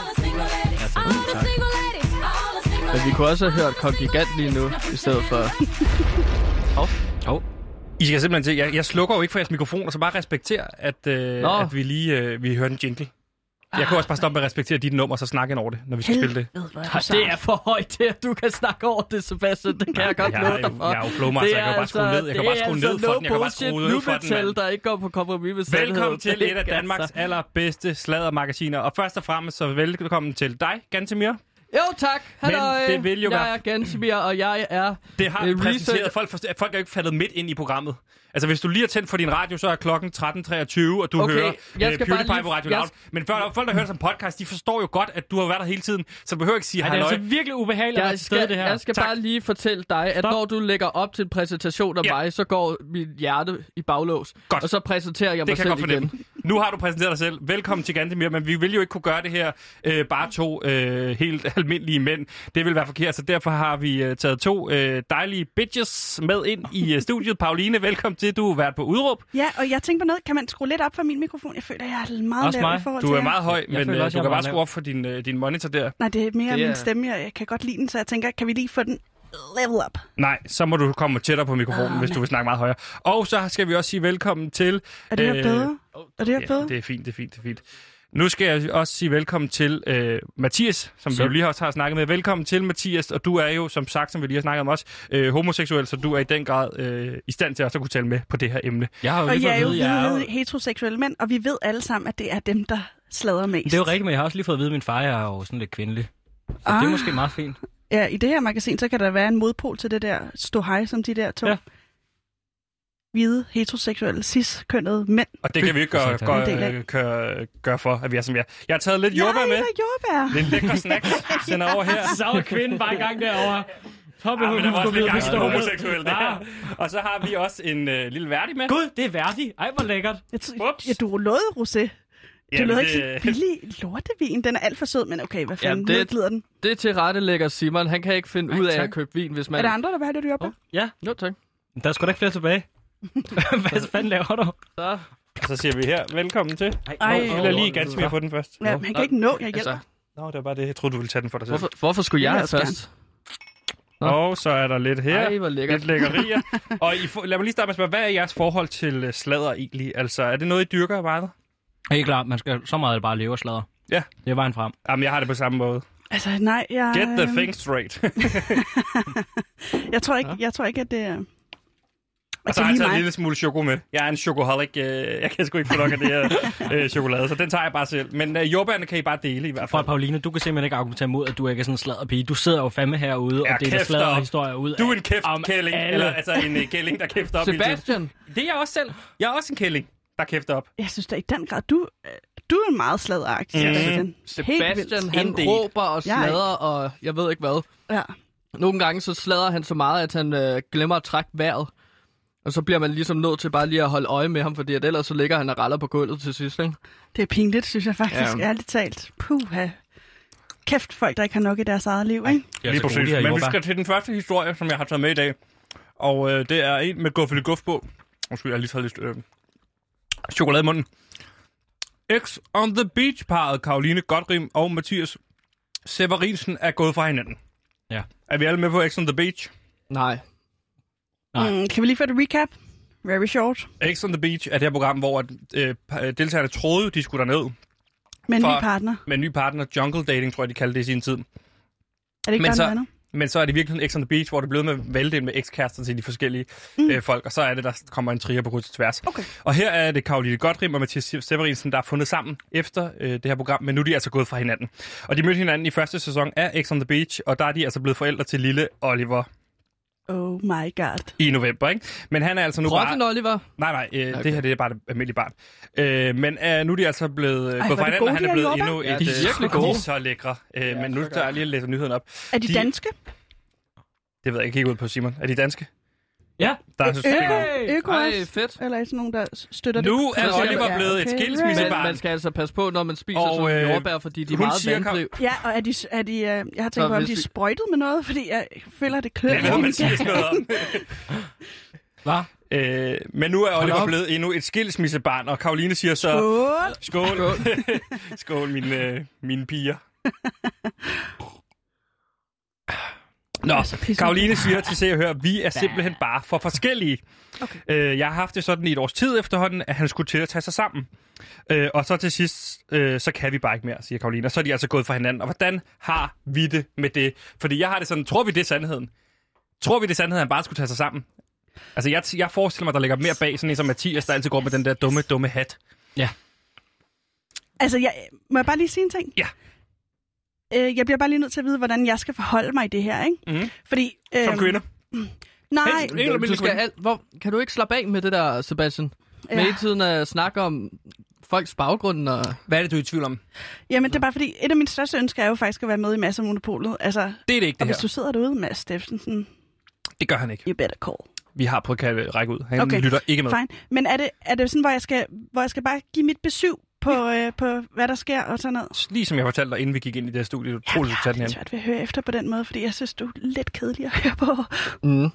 Men vi kunne også have hørt Kong Gigant lige nu, i stedet for... Hov. Hov. I skal simpelthen til, jeg, jeg slukker jo ikke for jeres mikrofon, og så bare respektere, at, øh, at vi lige øh, vi hører en jingle. Jeg kan også bare stoppe med at respektere dit nummer, og så snakke ind over det, når vi skal spille det. Helvede, hvor er Ej, du det sart. er for højt til, at du kan snakke over det, Sebastian. Det kan jeg godt Jeg love er dig jo, for. jeg er jo flowmaster, jeg kan jo bare skrue ned. Jeg kan bare skrue ned for den, jeg kan bare skrue ned for den, mand. der ikke går på kompromis med sandheden. Velkommen til Det er et af ikke Danmarks altså- allerbedste sladdermagasiner. Og først og fremmest så velkommen til dig, Gantemir. Jo, tak. Hallo. det vil jo jeg være- er Gansimir, og jeg er... Det har vi øh, præsenteret. research- Folk, forstår, folk er jo ikke faldet midt ind i programmet. Altså, hvis du lige har tændt for din radio, så er klokken tretten treogtyve, og du Okay, hører jeg øh, skal bare PewDiePie lige- på Radio jeg Loud. Men for, folk, der hører som podcast, de forstår jo godt, at du har været der hele tiden, så du behøver ikke sige Ej, det er halløj. altså virkelig ubehageligt at være Jeg til stede i skal, det her. jeg skal Tak. bare lige fortælle dig, at Stop. når du lægger op til en præsentation af Ja. mig, så går mit hjerte i baglås. Godt. Og så præsenterer jeg Det mig kan jeg selv godt igen. fornemme. Nu har du præsenteret dig selv. Velkommen til Gantemir, men vi vil jo ikke kunne gøre det her øh, bare to øh, helt almindelige mænd. Det vil være forkert, så derfor har vi øh, taget to øh, dejlige bitches med ind i øh, studiet. Pauline, velkommen til. Du har været på Udråb. Ja, og jeg tænker på noget. Kan man skrue lidt op for min mikrofon? Jeg føler, jeg er meget Også lav mig. i forhold Du til er jer. meget høj, men føler øh, også, du jeg kan er bare meget skrue op for din, øh, din monitor der. Nej, det er mere Det er- min stemme. Jeg, jeg kan godt lide den, så jeg tænker, kan vi lige få den level up? Nej, så må du komme tættere på mikrofonen, Ah, hvis du nej. vil snakke meget højere. Og så skal vi også sige velkommen til... Er det her øh, bedre? Er det her Ja, bedre? det er fint, det er fint, det er fint. Nu skal jeg også sige velkommen til øh, Mathias, som Så. vi jo lige også har snakket med. Velkommen til, Mathias, og du er jo, som sagt, som vi lige har snakket om også, øh, homoseksuel, så du er i den grad øh, i stand til også at kunne tale med på det her emne. Jeg har jo Og lige jeg er fået jo at vide, jeg er jo... hvide heteroseksuelle mænd, og vi ved alle sammen, at det er dem, der sladrer mest. Det er jo rigtigt, men jeg har også lige fået at vide, at min far er jo sådan lidt kvindelig. Så Ah. det er måske meget fint. Ja, i det her magasin, så kan der være en modpol til det der stå hej, som de der to Ja. hvide, heteroseksuelle, cis-kønnede mænd. Og det kan vi ikke gøre, Præcis. gøre, En del af. øh, gøre, gøre for, at vi er som jeg. Jeg har taget lidt jordbær Jeg med. elsker jordbær. Lidt lækre snacks. Sender over her. Så var kvinden bare i gang derovre. Toppe, Ja, men der var også lidt gang i stå. homoseksuel det Ja. her. Og så har vi også en øh, lille værdig med. Gud, det er værdigt. Ej, hvor lækkert. Jeg t- Ups. ja, du lovede rosé. Det lyder ikke så billig lortevin. Den er alt for sød, men okay, hvad fanden ja, det, glider den? Det til rette lægger Simon. Han kan ikke finde Ej, ud af tak. at købe vin, hvis man... Er der andre, der vil have det, jobber? Oh, ja. Jo, tak. Der er sgu da ikke flere tilbage. Hvad fanden laver du? Så. Så siger vi her, velkommen til. Ej. Jeg vil lige ganske mere på den først. Ja, han kan ikke nå, jeg hjælper. Altså. Nå, det var bare det. Jeg troede, du ville tage den for dig selv. Hvorfor, hvorfor skulle jeg have først? Nå. Og så er der lidt her. Ej, hvor lækkert. Lidt lækkerier. Og I for, lad mig lige starte med at spørge, hvad er jeres forhold til uh, sladder egentlig? Altså, er det noget, I dyrker meget? Helt klart, man skal så meget bare leve og sladder. Ja. Det er vejen frem. Jamen, jeg har det på samme måde. Altså, nej, jeg... Get the thing straight. jeg, tror ikke, jeg tror ikke, at det er... Og så har jeg taget en lille smule choko med. Jeg er en chokoholic. Øh, jeg kan sgu ikke få nok af det her øh, chokolade, så den tager jeg bare selv. Men øh, jordbærne kan I bare dele i hvert fald. For Pauline, du kan simpelthen ikke argumentere imod, at du ikke er sådan en sladderpige. Du sidder jo fandme herude ja, og deler sladderhistorier ud. Du er en kæft-kælling. Eller altså en uh, kælling, der kæfter op. Sebastian! Det er jeg også selv. Jeg er også en kælling, der kæfter op. Jeg synes da i den grad, du, du er en meget sladderagtig. Mm. Sebastian, Sebastian han Indeed. råber og sladder, og jeg ved ikke hvad. Ja. Nogle gange så sladder han så meget, at han øh, glemmer at trække vejret. Og så bliver man ligesom nødt til bare lige at holde øje med ham, fordi at ellers så ligger han og raller på gulvet til sidst, ikke? Det er pinligt, synes jeg faktisk, ja. ærligt talt. Puha. Kæft, folk, der ikke har nok i deres eget liv, ikke? Lige præcis. Men vi skal til den første historie, som jeg har taget med i dag. Og øh, det er en med Guffeli Guff på. Måske jeg har lige taget lidt øh, chokolade i munden. X on the Beach-parret Caroline Godrim og Mathias Severinsen er gået fra hinanden. Ja. Er vi alle med på X on the Beach? Nej. Mm, kan vi lige få et recap? Very short. X on the Beach er det her program, hvor øh, deltagerne troede, de skulle derned. Med en ny partner. Med en ny partner. Jungle dating, tror jeg, de kaldte det i sin tid. Er det ikke men bare så, noget andet? Men så er det virkelig X on the Beach, hvor det er blevet med vælte med ekskærester til de forskellige mm. øh, folk. Og så er det, der kommer en trier på kryds og tværs. Okay. Og her er det Caroline Godrim og Mathias Severinsen, der er fundet sammen efter øh, det her program. Men nu er de altså gået fra hinanden. Og de mødte hinanden i første sæson af X on the Beach. Og der er de altså blevet forældre til lille Oliver. Oh my god. I november, ikke? Men han er altså nu Rotten bare... Oliver? Nej, nej, øh, okay. Det her det er bare det almindelige barn. Øh, men øh, nu er de altså blevet Ej, gået fra hinanden, og han er blevet endnu ja, et... de er virkelig gode. De er så lækre. Øh, ja, men nu tager jeg lige læser nyheden op. Er de, de danske? Det ved jeg ikke. Kig ud på Simon. Er de danske? Ja. Der er Øko, Øko Ej, fedt. Eller er det sådan nogen, der støtter det? Nu er Oliver ja, blevet okay. et skilsmissebarn. Men man skal altså passe på, når man spiser og, sådan øh, jordbær, fordi de er meget vandriv. Ja, og er de, er de, uh, jeg har tænkt så, på, om de er sprøjtet med noget, fordi jeg føler, det klør. Det ved man siger noget om. Hvad? Øh, men nu er Oliver blevet endnu et skilsmissebarn, og Caroline siger så... Skål! Skål! Skål, mine, øh, mine piger. Nå, Caroline siger til Se og Hør, vi er simpelthen bare for forskellige. Okay. Øh, jeg har haft det sådan i et års tid efterhånden, at han skulle til at tage sig sammen. Øh, og så til sidst, øh, så kan vi bare ikke mere, siger Caroline. Og så er de altså gået fra hinanden. Og hvordan har vi det med det? Fordi jeg har det sådan, tror vi det er sandheden? Tror vi det er sandheden, at han bare skulle tage sig sammen? Altså, jeg, jeg forestiller mig, der ligger mere bag, sådan en som Mathias, der altid går med den der dumme, dumme hat. Ja. Altså, jeg, må jeg bare lige sige en ting? Ja. Øh, jeg bliver bare lige nødt til at vide, hvordan jeg skal forholde mig i det her, ikke? Mm. Fordi... Øh, som kvinde? Nej. Hey, du, du skal alt, hvor, kan du ikke slappe af med det der, Sebastian? Ja. Med i tiden at snakke om folks baggrund og... Hvad er det, du er i tvivl om? Jamen, det er bare fordi, et af mine største ønsker er jo faktisk at være med i Mads og Monopolet. Altså, det er det ikke, det og her. hvis du sidder derude, Mads Steffensen... Det gør han ikke. You better call. Vi har prøvet at række ud. Han okay. lytter ikke med. Fine. Men er det, er det sådan, hvor jeg, skal, hvor jeg skal bare give mit besøg på, ja. øh, på, hvad der sker og sådan noget? Lige som jeg fortalte dig, inden vi gik ind i det her studie. Du troede, du tage den her. Jeg er svært ved at høre efter på den måde, fordi jeg synes, du er lidt kedelig at høre på. Mm.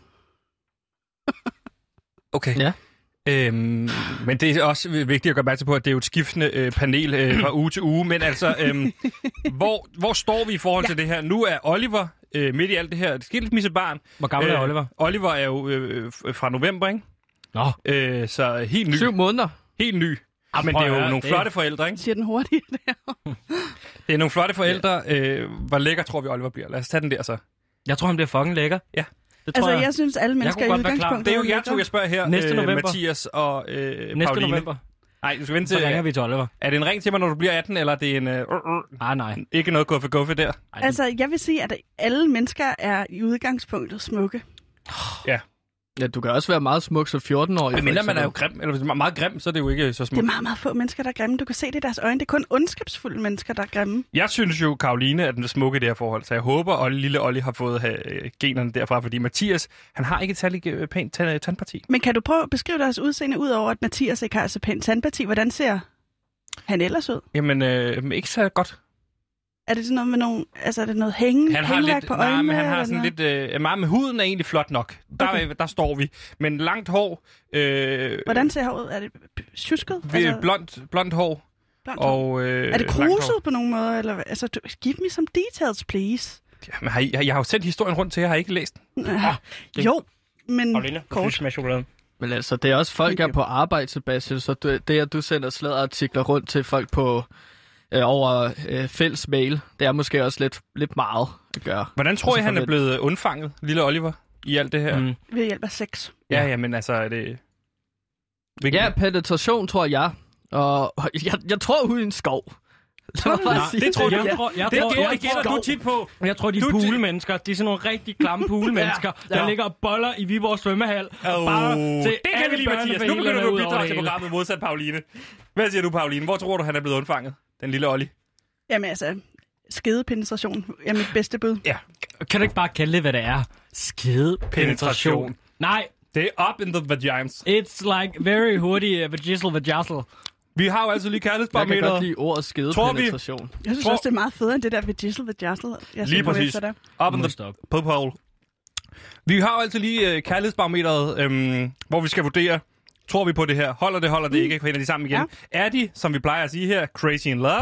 Okay. Ja. Øhm, men det er også vigtigt at gøre opmærksom på, at det er jo et skiftende øh, panel øh, fra uge til uge. Men altså, øhm, hvor, hvor står vi i forhold ja. til det her? Nu er Oliver øh, midt i alt det her et skilsmissebarn. Hvor gammel er Oliver? Oliver er jo øh, fra november, ikke? Nå. Øh, så helt ny. Syv måneder. Helt ny. Ah, men det er jo nogle det. flotte forældre, ikke? Siger den hurtigt der. Det er nogle flotte forældre. Øh, hvor lækker tror vi, Oliver bliver? Lad os tage den der så. Jeg tror, han bliver fucking lækker. Ja. Det tror altså, jeg. jeg synes, alle mennesker i udgangspunktet... Det er jo jeg to, jeg spørger her. Næste november. Øh, Mathias og øh, Næste Pauline. november. Nej, du skal vente til... Så ringer vi til Oliver. Er det en ring til mig, når du bliver atten, eller er det en... Øh, uh, ah, nej. Ikke noget guffe guffe der? Ej, altså, jeg vil sige, at alle mennesker er i udgangspunktet smukke. Ja. Ja, du kan også være meget smuk som fjorten-årig. Men mindre man er jo grim, eller hvis man er meget grim, så er det jo ikke så smukt. Det er meget, meget få mennesker, der er grimme. Du kan se det i deres øjne. Det er kun ondskabsfulde mennesker, der er grimme. Jeg synes jo, Caroline er den smukke i det her forhold, så jeg håber, at lille Olli har fået uh, generne derfra, fordi Mathias, han har ikke et særligt uh, pænt tandparti. Men kan du prøve at beskrive deres udseende, ud over at Mathias ikke har så pænt tandparti? Hvordan ser Han er ellers sød. Jamen, øh, ikke så godt. Er det sådan noget med nogle... Altså, er det noget hænge, Han har hængeværk lidt, på nej, øjnene? men han har eller sådan noget? lidt... Øh, meget med huden er egentlig flot nok. Der, Okay. okay. der står vi. Men langt hår... Øh, Hvordan ser håret? Er det tjusket? altså, blondt, blondt hår. blondt hår? Og, øh, Er det langt hår. kruset på nogen måde? Eller, altså, du, give me some details, please. Jamen, har I, jeg har jo sendt historien rundt til jer, har I ikke læst den? Ja. det- Jo, men Pauline, kort. smag chokolade. Men altså, det er også folk, der er på arbejde, Sebastian, så du, det, at du sender sladderartikler rundt til folk på øh, over øh, fælles mail, det er måske også lidt, lidt meget at gøre. Hvordan tror Altså, I, han er forvent- blevet undfanget, lille Oliver, i alt det her? Mm. Ved hjælp af sex. Ja, ja, men altså, er det... Hvilken... Ja, penetration, tror jeg. Og jeg, jeg tror ude i en skov. Lad mig bare Nej, sige det tror Jeg du. tror, jeg Det tror, gætter, jeg gætter tror, du tit på. jeg tror, de Du- poolmennesker, de er sådan nogle rigtig klamme poolmennesker, Ja, der ja. ligger og boller i Viborg svømmehal. Oh, Bare til det kan alle vi lige, Mathias. Nu børnefamilierne begynder du at ud over bidrage det til hele. programmet modsat Pauline. Hvad siger du, Pauline? Hvor tror du, han er blevet undfanget? Den lille Olli. Jamen altså, skedepenetration er mit bedste bud. Ja. Kan du ikke bare kalde det, hvad det er? Skide penetration. Nej, Det er up in the vagines. it's like very hurty uh, vagisal vajassel. Vi har jo altså lige Jeg kan kærlighedsbarometeret. godt lide ordet skede Tror vi- penetration. Jeg synes Tror- også, det er meget federe end det der ved Gisel ved Jassel. Lige præcis. Up in the Stop. pole. Vi har jo altid lige uh, kærlighedsbarometeret, øhm, hvor vi skal vurdere, tror vi på det her? Holder det, holder det ikke? Finder de sammen igen? Ja. Er de, som vi plejer at sige her, crazy in love?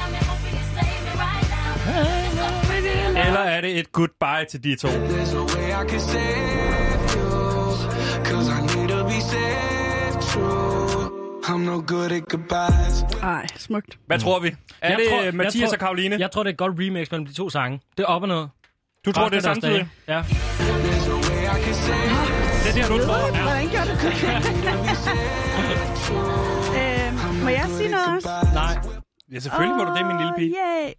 Eller er det et goodbye til de to? There's a way I can save you, cause I need to be saved true. I'm no good at goodbyes. Ej, smukt. Hvad tror vi? Er Jeg det tror- tror, jeg Mathias tror- og Karoline? Jeg tror, det er et godt remix mellem de to sange. Det er op og ned. Du tror, det er samtidig? Ja. There's a way I can save Det er der, du tror. Ja. Hvordan gjorde du det? øh, må jeg sige noget også? Nej. Ja, selvfølgelig må du det, min lille pige. Yeah.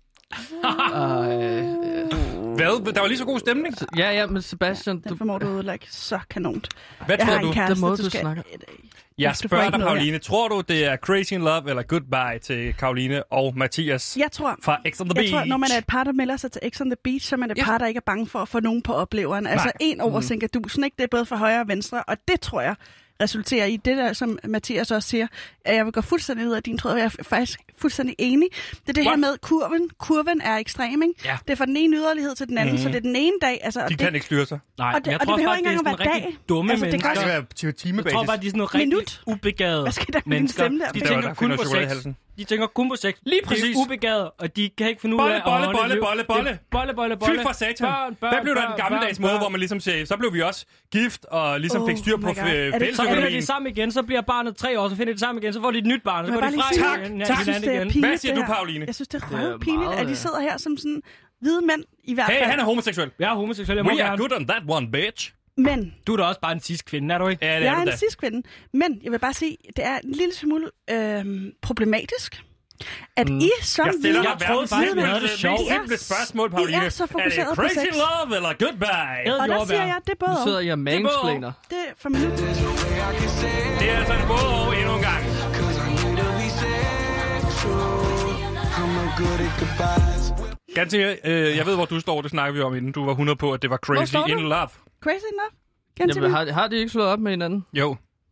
Hvad? Der var lige så god stemning. Ja, ja, men Sebastian, du, Den formår du ødelægge så kanont. Hvad Jeg tror har en du? kæreste, Det må du du skal... snakke. Jeg Du får spørger ikke dig, noget, Pauline. Tror du, det er crazy in love eller goodbye til Karoline og Mathias Jeg tror, fra X on the jeg Beach? tror, når man er et par, der melder sig til X on the Beach, så er man et Ja. par, der ikke er bange for at få nogen på opleveren. Altså Nej. en over sænkerdusen, ikke? Det er både fra højre og venstre, og det tror jeg resulterer i det der, som Mathias også siger, at jeg vil gå fuldstændig ud af din tråd, og jeg er faktisk fuldstændig enig. Det er det her What? med kurven. Kurven er ekstrem, ikke? Ja. Det er fra den ene yderlighed til den anden, Mhm. så det er den ene dag. Altså, og De det, kan ikke styre sig. Nej, Og det- jeg og det tror behøver faktisk, ikke det er engang sådan at være rigtig dag. dumme Altså, det kan mennesker. Det også- skal være til Jeg timebasis. tror bare, de er sådan nogle rigtig Minut. ubegavede Hvad sker der med din mennesker. stemme der? De Det var tænker der kun finder på chokolade i sex. halsen. De tænker kun på sex. Lige De præcis. er ubegavede, og de kan ikke finde ud Bolle, af at bolle, holde bolle, et liv. bolle, bolle. Det er Bolle, bolle, bolle. Fy for satan. Børn, børn, Hvad blev der den børn, gammeldags børn, måde, børn. hvor man ligesom sagde, så blev vi også gift og ligesom Oh fik styr my på God. Er det ikke- Så finder fællesøkonomien? de sammen igen, så bliver barnet tre år, så finder de sammen igen, så får de et nyt barn, så Må går jeg de bare fra lige sige Tak, hinanden tak. Jeg synes, det er igen. pinligt, Hvad siger det du, her. Pauline? Jeg synes, det er Det er røvpinligt, meget, at de øh, sidder her som sådan hvide mænd, i hvert Hey, fald. han er homoseksuel. Jeg er homoseksuel, jeg må We are gerne. good on that one, bitch. Men Du er da også bare en cis-kvinde, er du ikke? Ja, det jeg er er du en da. cis-kvinde. Men jeg vil bare sige, det er en lille smule øh, problematisk, at Mm. I som Jeg stiller hvide- dig Jeg troede verdens faktisk, vi havde det simpleste- sjovt. mest simple spørgsmål, Pauline. I er så fokuseret er det på crazy sex. love eller goodbye? Ed Og der jordbær. siger jeg, det er både nu og. sidder jeg og mansplainer. Det er for minut. There's a way I can save, Det er altså en både og endnu en gang. cause I need to be saved true. I'm no good at goodbyes. Ganske, øh, jeg ved, hvor du står. Det snakker vi om, inden du var hundrede på, at det var crazy står du? in love. Crazy enough. Ganske Jamen, har, har de ikke slået op med hinanden? Jo.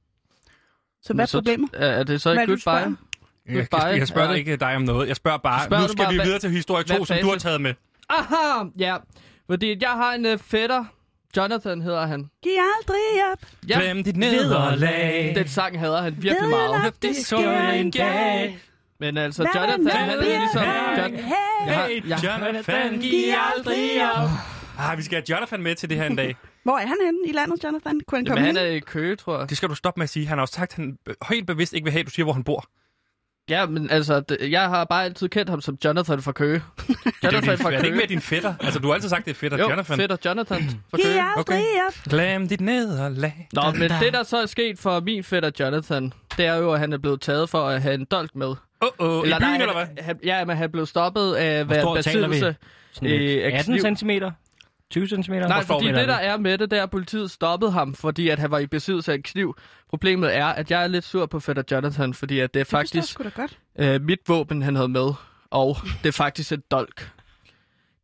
Så hvad er Så- problemet? Er, er det så Hvad er ikke det, du goodbye? Jeg, Goodbye, jeg, jeg spørger er det? ikke dig om noget. Jeg spørger bare, Spørger nu du skal bare, vi hvad- videre til historie hvad to, som du har facit? taget med. Aha! Ja, fordi jeg har en uh, fætter. Jonathan hedder han. Giv aldrig op. Ja, Glem dit nederlag. den sang hader han virkelig Ved meget. at det sker en dag. Men altså, Hvad Jonathan, man han er bliver ligesom... her. John, Hey. jeg har, Hey, jeg, Jonathan, Giv giv aldrig op. Ah, vi skal have Jonathan med til det her en dag. Hvor er han henne i landet, Jonathan? Kunne han jamen, komme han hen? er i Køge, tror jeg. Det skal du stoppe med at sige. Han har også sagt, at han helt bevidst ikke vil have, at du siger, hvor han bor. Ja, men altså, det, jeg har bare altid kendt ham som Jonathan fra Køge. Det er, jo Jonathan din, fra er det ikke Køge. mere din fætter? Altså, du har altid sagt, det er fætter, Jo, Jonathan. fætter Jonathan fra Giv Køge. aldrig op. Glem dit nederlag. Nå, men det, der så er sket for min fætter Jonathan, det er jo, at han er blevet taget for at have en dolk med. Åh, oh, oh. I byen, nej, eller hvad? han, han, ja, men han blev stoppet af Hvor hvad stor taler vi? besiddelse. Sådan Øh, lidt atten kniv. centimeter? tyve centimeter? Nej, Hvor stor fordi mener det, du? der er med det, der politiet stoppede ham, fordi at han var i besiddelse af en kniv. Problemet er, at jeg er lidt sur på fætter Jonathan, fordi at det er Det forstår jeg faktisk sgu da godt. øh, mit våben, han havde med, og det er faktisk et dolk. Det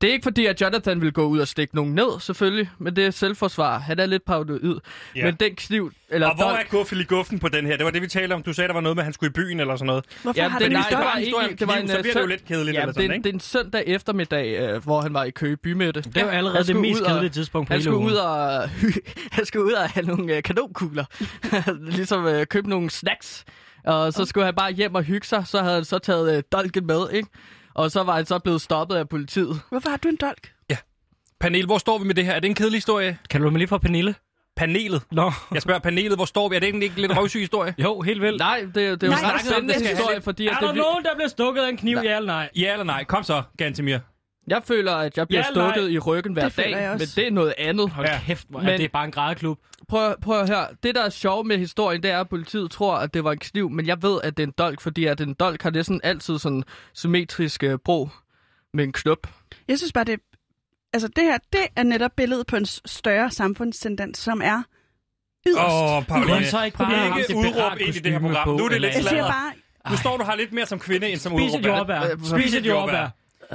Det er ikke fordi, at Jonathan vil gå ud og stikke nogen ned, selvfølgelig. Men det er selvforsvar. Han er lidt paranoid. Ja. Men den kniv... Eller og hvor dolk... er guffel i guffen på den her? Det var det, vi talte om. Du sagde, der var noget med, at han skulle i byen eller sådan noget. Hvorfor ja, har det, det, nej, det, det var en historie om det var en kniv, så bliver det jo søn... lidt kedeligt ja, eller sådan, det, ikke? det er en søndag eftermiddag, øh, hvor han var i Køge Bymidte. Det er jo allerede det mest kedelige tidspunkt på han hele skulle ugen. ud og Han skulle ud og have nogle øh, kanonkugler. ligesom øh, købe nogle snacks. Og så skulle han bare hjem og hygge sig. Så havde han så taget øh, dolken med, ikke? Og så var han så blevet stoppet af politiet. Hvorfor har du en dolk? Ja. Panel, hvor står vi med det her? Er det en kedelig historie? Kan du mig lige få Pernille? Panelet? Nå. Jeg spørger panelet, hvor står vi? Er det ikke en lidt røvsyg historie? Jo, helt vildt. Nej, det, det er jo Nej, en ret det er spændende det skal historie, have- fordi... Er At der det, nogen, der bliver stukket af en kniv, ja eller nej? Ja eller nej? Kom så, Gantemir. Jeg føler, at jeg bliver Ja, nej. stukket i ryggen hver Det føler dag, jeg men også. det er noget andet. Hold Ja. kæft, hvor Men- er det bare en grædeklub. Prøv, prøv at høre. Det, der er sjovt med historien, det er, at politiet tror, at det var en kniv, men jeg ved, at det er en dolk, fordi at en dolk har næsten altid sådan symmetrisk øh, brug med en knop. Jeg synes bare, det Altså, det her, det er netop billedet på en s- større samfundstendens, som er yderst. Åh, oh, Pauline. Kunne han så ikke bare have haft Ikke et udråb piratkostyme ind i det her program. på, Nu er det eller lidt Jeg siger sladder. bare, Nu står du her lidt mere som kvinde, end som Spis et udråb. jordbær. Øh, Spis et jordbær.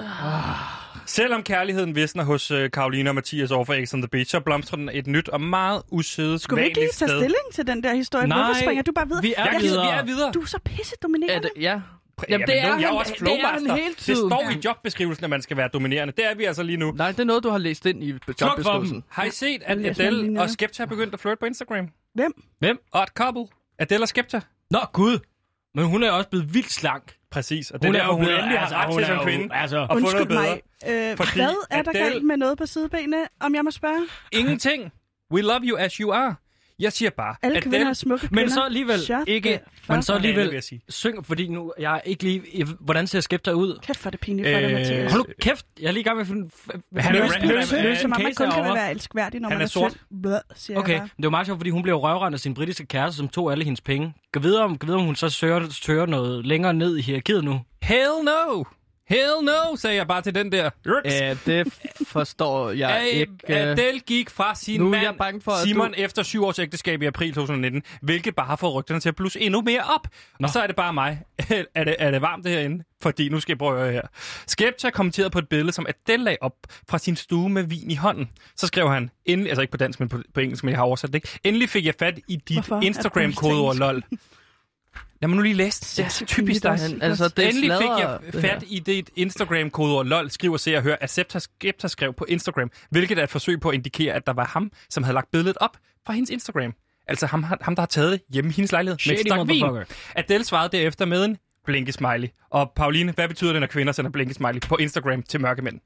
Selvom kærligheden visner hos uh, Karoline og Mathias over for X on the Beach, så blomstrer den et nyt og meget usædet skulle vi ikke lige tage sted. stilling til den der historie? Nej, Hvorfor springer du bare videre? vi er Jeg jeg, gider, videre. vi er videre. Du er så pisse Er dominerende. det, ja. Jamen, det er han- jeg er også det er han flowmaster. hele Det tiden. står i jobbeskrivelsen, at man skal være dominerende. Det er vi altså lige nu. Nej, det er noget, du har læst ind i jobbeskrivelsen. Har I set, at Jeg læser mellem Adele linjerne. og Skepta er begyndt at flirte på Instagram? Hvem? Hvem? Og et couple. Adele og Skepta. Nå, gud. Men hun er også blevet vildt slank. Præcis. Og det Hun er er derfor, jo hun blevet- endelig har altså, ret hun til er som jo- kvinde altså- at få noget Undskyld bedre. mig. Øh, Fordi hvad er der Adele- galt med noget på sidebenene, om jeg må spørge? Ingenting. We love you as you are. Jeg siger bare, Alle Adele... kvinder er smukke kvinder. Men så alligevel Shut ikke... the Men fuck så up. Alle, vil alligevel jeg sige. syng, fordi nu... Jeg er ikke lige... jeg- Hvordan ser Skepta ud? Kæft for det pinligt for dig, Øh, Mathias. Hold nu kæft. Jeg er lige i gang med at finde... Han er løs- ra- han er- løs- han er- løs en Som om man case kun kan herovre. være elskværdig, når Han man er er sort. tynd. Blæh, siger Okay, jeg men det er jo meget sjovt, fordi hun blev røvrende af sin britiske kæreste, som tog alle hendes penge. Gå videre om, gå videre, om hun så søger, søger noget længere ned i hierarkiet nu. Hell no! Hell no, sagde jeg bare til den der. Ja, det forstår jeg Ad- ikke. øh. Adele gik fra sin Nu er mand, jeg bange for, at Simon, du- efter syv års ægteskab i april to tusind nitten, hvilket bare har fået rygterne til at blusse endnu mere op. Nå. Og så er det bare mig. er, det, er det varmt det herinde? Fordi nu skal jeg prøve at høre her. Skepta kommenterede på et billede, som Adele lagde op fra sin stue med vin i hånden. Så skrev han, endelig, altså ikke på dansk, men på, på engelsk, men jeg har oversat det ikke. Endelig fik jeg fat i dit Hvorfor er du Instagram-kodeord, på lol. Lad mig nu lige læse. Det er så typisk dig. Men, altså, det er Endelig fik sladder, jeg det fat her. i dit Instagram-kodeord lol, skriver Se og Hør, at Skepta, Skepta skrev på Instagram, hvilket er et forsøg på at indikere, at der var ham, som havde lagt billedet op fra hendes Instagram. Altså ham, ham der har taget det hjemme i hendes lejlighed med et Shady stok vin. motherfucker. Adele svarede derefter med en blinkesmiley. Og Pauline, hvad betyder det, når kvinder sender blinkesmiley på Instagram til mørke mænd?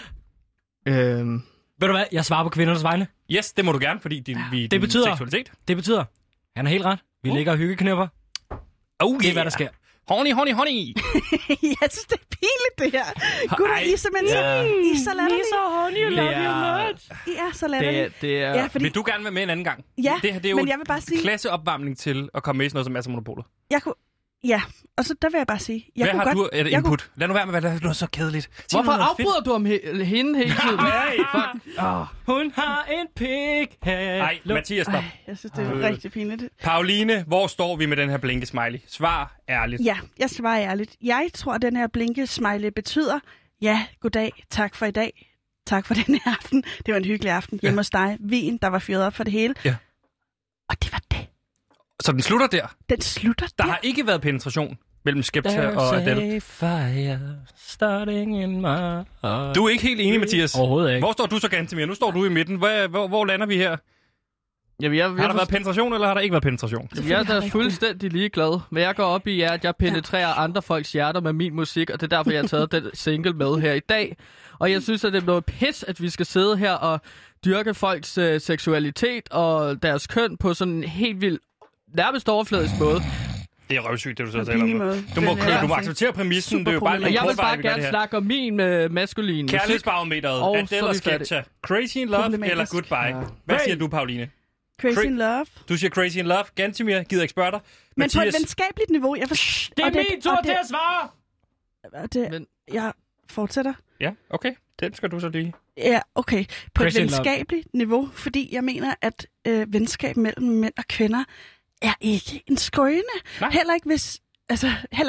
Øhm, Ved du hvad? Jeg svarer på kvindernes vegne. Yes, det må du gerne, fordi din, vi, Det din betyder- seksualitet. Det betyder, han er helt ret. Vi Uh. ligger og hyggeknipper. Oh, Det er, hvad der sker. Honey, honey, honey. jeg synes, det er pinligt, det her. Gud, Ej. I er simpelthen Ja. I er så latterlige. det er, I er så det latterlige. er, det er, Ja, fordi Vil du gerne være med en anden gang? Ja, det, her, det er jo men jeg vil bare sige- klasseopvarmning til at komme med i sådan noget som Mads og Monopolet. jeg kunne... Ja, og så der vil jeg bare sige... Jeg Hvad kunne har godt, du et jeg input? Lad nu være med, hvad det er så kedeligt. Sig Hvorfor noget fedt. afbryder du om he- hende hele tiden? Nej, Hun har en pik. Nej, Mathias, stop. Ej, jeg synes, det er rigtig pinligt. Pauline, hvor står vi med den her blinkesmiley? Svar ærligt. Ja, jeg svarer ærligt. Jeg tror, at den her blinke-smiley betyder, ja, goddag, tak for i dag. Tak for den her aften. Det var en hyggelig aften hjemme hos dig. Vin, der var fyret op for det hele. Ja. Og det var det. Så den slutter der. Den slutter Der der. har ikke været penetration mellem Skepta og Adele. fire starting in my heart. Du er ikke helt enig, Mathias. Overhovedet ikke. Hvor står du så, Gantemir? Nu står du i midten. Hvor, hvor, hvor lander vi her? Jamen, jeg, Har der jeg, været penetration, eller har der ikke været penetration? jeg er da fuldstændig ligeglad. Hvad jeg går op i er, at jeg penetrerer andre folks hjerter med min musik, og det er derfor, jeg har taget den single med her i dag. Og jeg synes, at det er noget pis, at vi skal sidde her og dyrke folks øh, seksualitet og deres køn på sådan en helt vild, nærmest overfladisk måde. Det er røvsygt, det du så På taler pinlig om. måde. Du må, Den er du må altså acceptere præmissen. super Det er jo bare problematisk. Og en jeg vil kortvej, bare vi gør det gerne her. snakke om min øh, maskuline musik. Kærlighedsbarometeret. Og Adele så er og vi færdige. Skepta. Crazy in love Problematisk. eller goodbye? Hvad siger du, Pauline? Crazy Cra- in love. Du siger crazy in love. Gantemir, gider ikke spørge dig. Men på Mathias, et venskabeligt niveau. Jeg for... Det er og min tur og til at svare! Og det, Men- jeg fortsætter. Ja, okay. Den skal du så lige. Ja, okay. På Crazy et in love. venskabeligt niveau, fordi jeg mener, at øh, venskab mellem mænd og kvinder er ikke en skrøne. Nej. Heller ikke hvis, altså, heller ikke hvis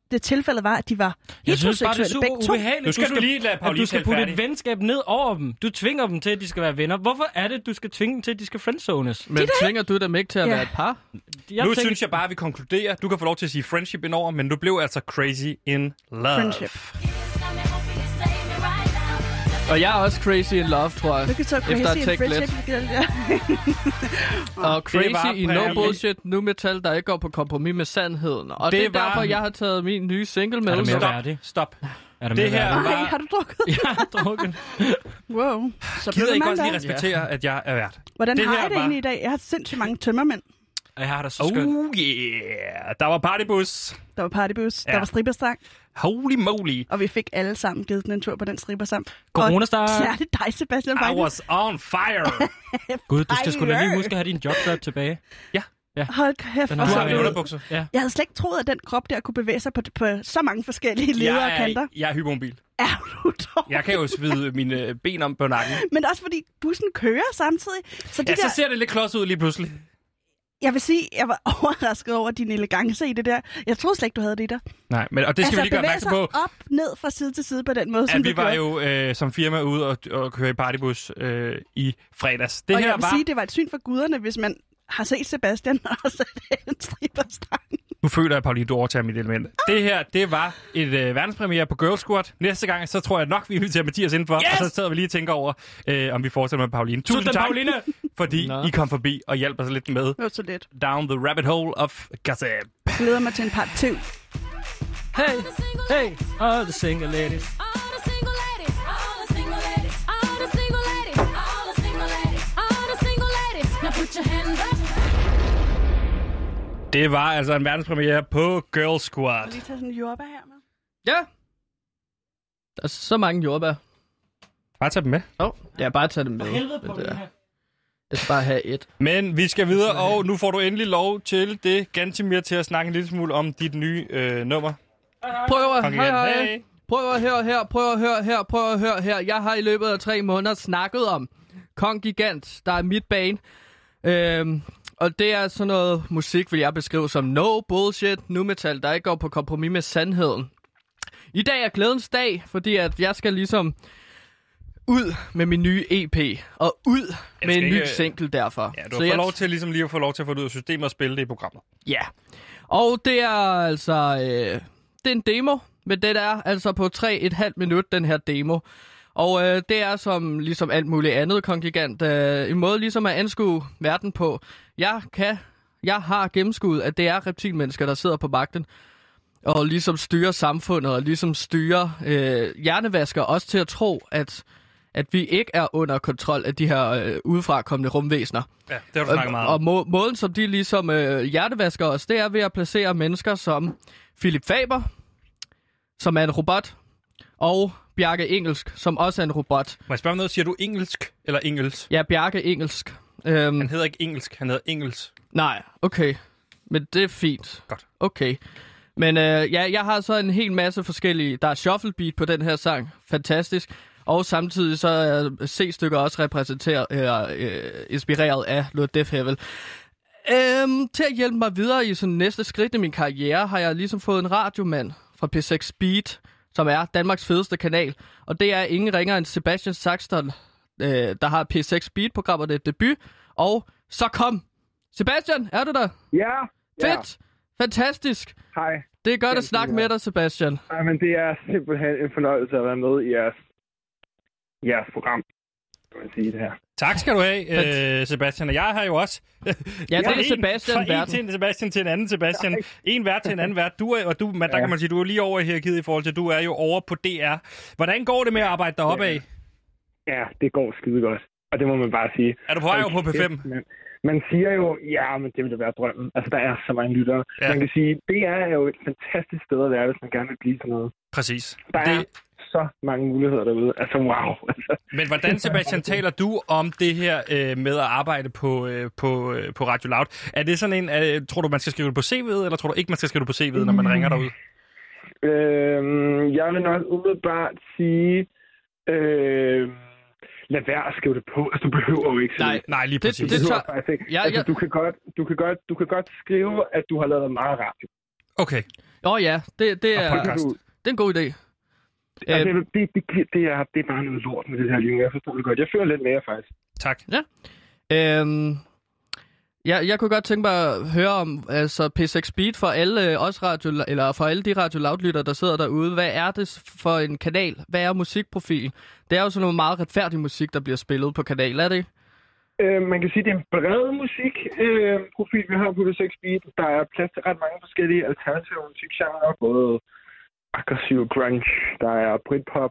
det tilfælde var, at de var Jeg synes bare, det er heteroseksuelle super begge to. ubehageligt. Nu skal du lige lade Pauline at du skal tale putte færdig. et venskab ned over dem. Du tvinger dem til, at de skal være venner. Hvorfor er det, du skal tvinge dem til, at de skal friendzones? Men tvinger du dem ikke til at Ja. være et par? Jeg Nu tænker, synes jeg bare, at vi konkluderer. Du kan få lov til at sige friendship indover, men du blev altså crazy in love. Friendship. Og jeg er også crazy in love, tror jeg. Du kan så Efter at crazy have in tænkt lidt. friendship. Og crazy var i no præmien. bullshit, nu metal, der ikke går på kompromis med sandheden. Og det, Det det er var- derfor, jeg har taget min nye single med. Er der mere Så- værdig? Stop. Er der Det mere her værdig? Ej, var... har du drukket? Jeg har drukket. Wow. Så blev Gider det I godt lige mandag. respektere, at jeg er vært? Hvordan Det har her jeg det var- egentlig i dag? Jeg har sindssygt mange tømmermænd. Og jeg har det så skønt. Oh yeah. Der var partybus. Der var partybus, Ja. der var striberstang, Holy moly. og vi fik alle sammen givet den en tur på den striber sammen. Coronastar. Og særligt dig, Sebastian, I faktisk. was on fire. Gud, du skal sgu da lige Fire. huske at have din jobstrap tilbage. Hold kæft, Den hvor har Du så har vi mine du- underbukser. Ja. Jeg havde slet ikke troet, at den krop der kunne bevæge sig på, på så mange forskellige ledere og Jeg kanter. er, jeg er hypermobil. Er du dog? Jeg kan jo svide mine ben om på nakken. Men det er også fordi bussen kører samtidig. Så de Ja, der, så ser det lidt klods ud lige pludselig. jeg vil sige, jeg var overrasket over din elegance i det der. Jeg troede slet ikke, du havde det i dig. Nej, men, og det skal altså, vi lige gøre bevæge opmærksom sig på. op, ned fra side til side på den måde, som At du vi var gjorde. jo øh, som firma ude og, og køre i partybus øh, i fredags. Det Og her jeg vil var... sige, det var et syn for guderne, hvis man har set Sebastian og så er det en striberstang. Nu føler jeg, Pauline, du overtager mit element. Det her, det var et øh, verdenspremiere på Girl Squad. Næste gang, så tror jeg nok, vi vil tage Mathias indenfor. Yes! Og så sidder vi lige og tænker over, øh, om vi fortsætter med Pauline. Tusind Tusind tak, Pauline! fordi Nå. I kom forbi og hjalp os lidt med Det var så lidt. down the rabbit hole of gossip. Jeg glæder mig til en part to. Hey, hey, all the single ladies. Det var altså en verdenspremiere på Girl Squad. Jeg lige tage sådan en jordbær her med. Ja. Der er så mange jordbær. Bare tag dem med. Åh, oh, jeg bare tage dem med. Men det er- Jeg skal bare have et. Men vi skal videre, og nu får du endelig lov til det, Gantimir, til at snakke en lille smule om dit nye øh, nummer. Prøv at, Kom hej, igen. hej. Hey. Prøv at høre her, prøv at høre her, prøv at høre her. Jeg har i løbet af tre måneder snakket om Kong Gigant, der er mit bane. Øhm, og det er sådan noget musik, vil jeg beskrive som no bullshit, nu metal, der ikke går på kompromis med sandheden. I dag er glædens dag, fordi at jeg skal ligesom ud med min nye E P, og ud Jeg med skal en ny ikke- single derfor. Ja, du Så har fået jeg- lov til ligesom lige at få lov til at få det ud af systemet og spille det i programmet. Ja, og det er altså, øh, det er en demo, men det er altså på tre komma fem minut, den her demo. Og øh, det er som ligesom alt muligt andet kongigant, øh, en måde ligesom at anskue verden på. Jeg kan, jeg har gennemskuet, at det er reptilmennesker, der sidder på magten, og ligesom styrer samfundet, og ligesom styrer øh, hjernevasker også til at tro, at, at vi ikke er under kontrol af de her øh, udefra kommende rumvæsener. Ja, det har du snakket meget Og, om. og må, måden, som de ligesom øh, hjertevasker os, det er ved at placere mennesker som Philip Faber, som er en robot, og Bjarke Engelsk, som også er en robot. Må jeg spørge om noget? Siger du engelsk eller engels? Ja, Bjarke Engelsk. Øhm, Han hedder ikke engelsk, han hedder engels. nej, okay. Men det er fint. Godt. Okay. Men øh, ja, jeg har så en hel masse forskellige... Der er shuffle beat på den her sang. Fantastisk. Og samtidig så er C-stykker også repræsenteret, øh, øh, inspireret af Lord Death Heaven. Øhm, til at hjælpe mig videre i sådan næste skridt i min karriere, har jeg ligesom fået en radiomand fra P seks Beat, som er Danmarks fedeste kanal. Og det er ingen ringer end Sebastian Saxton, øh, der har P seks Beat-programmet, det er debut. Og så kom! Sebastian, er du der? Ja. Fedt! Fantastisk! Hej. Det er godt at Ganske snakke godt. med dig, Sebastian. Ej, men det er simpelthen en fornøjelse at være med i jeres, i jeres program, kan man sige det her. Tak skal du have, øh, Sebastian. Og jeg har jo også... Ja, det Fra er en- Sebastian Fra en verden. til en Sebastian til en anden Sebastian. En vært til en anden vært. Du er, og du, men der Ja. kan man sige, du er lige over i hierarkiet i forhold til, du er jo over på D R. Hvordan går det med at arbejde deroppe af? Ja, det går skide godt. Og det må man bare sige. Er du på vej over på P fem? Man, man siger jo, ja, men det ville være drømmen. Altså, der er så mange lyttere. Ja. Ja. Man kan sige, det er jo et fantastisk sted at være, hvis man gerne vil blive sådan noget. Præcis. Der Det, er så mange muligheder derude. Altså, wow. Altså, men hvordan, Sebastian, taler du om det her øh, med at arbejde på, øh, på, øh, på Radio Loud? Er det sådan en, øh, tror du, man skal skrive det på C V'et, eller tror du ikke, man skal skrive det på C V'et, når man ringer derud? øhm, jeg vil nok umiddelbart sige, øh, lad være at skrive det på. Altså, du behøver jo ikke sige Nej, Nej, lige Det- præcis. det- Det tager- faktisk ikke. Ja, altså, ja. Du, kan godt, du, kan godt, du kan godt skrive, at du har lavet meget radio. Okay. Åh oh, ja, det, det, er, det er en god idé. Altså, det, det, det, det, er, det er bare noget lort med det her liv. Jeg forstår det godt. Jeg føler lidt mere, faktisk. Tak. Ja. Øhm, ja, jeg kunne godt tænke mig at høre om altså P seks Beat for alle os radio, eller for alle de Radio Loud-lyttere, der sidder derude. Hvad er det for en kanal? Hvad er musikprofilen? Det er jo sådan noget meget retfærdig musik, der bliver spillet på kanalen, er det ikke? Øh, man kan sige, at det er en bred musikprofil, øh, vi har på P seks Beat. Der er plads til ret mange forskellige alternative musikgenrer, både aggressiv grunge, der er Britpop,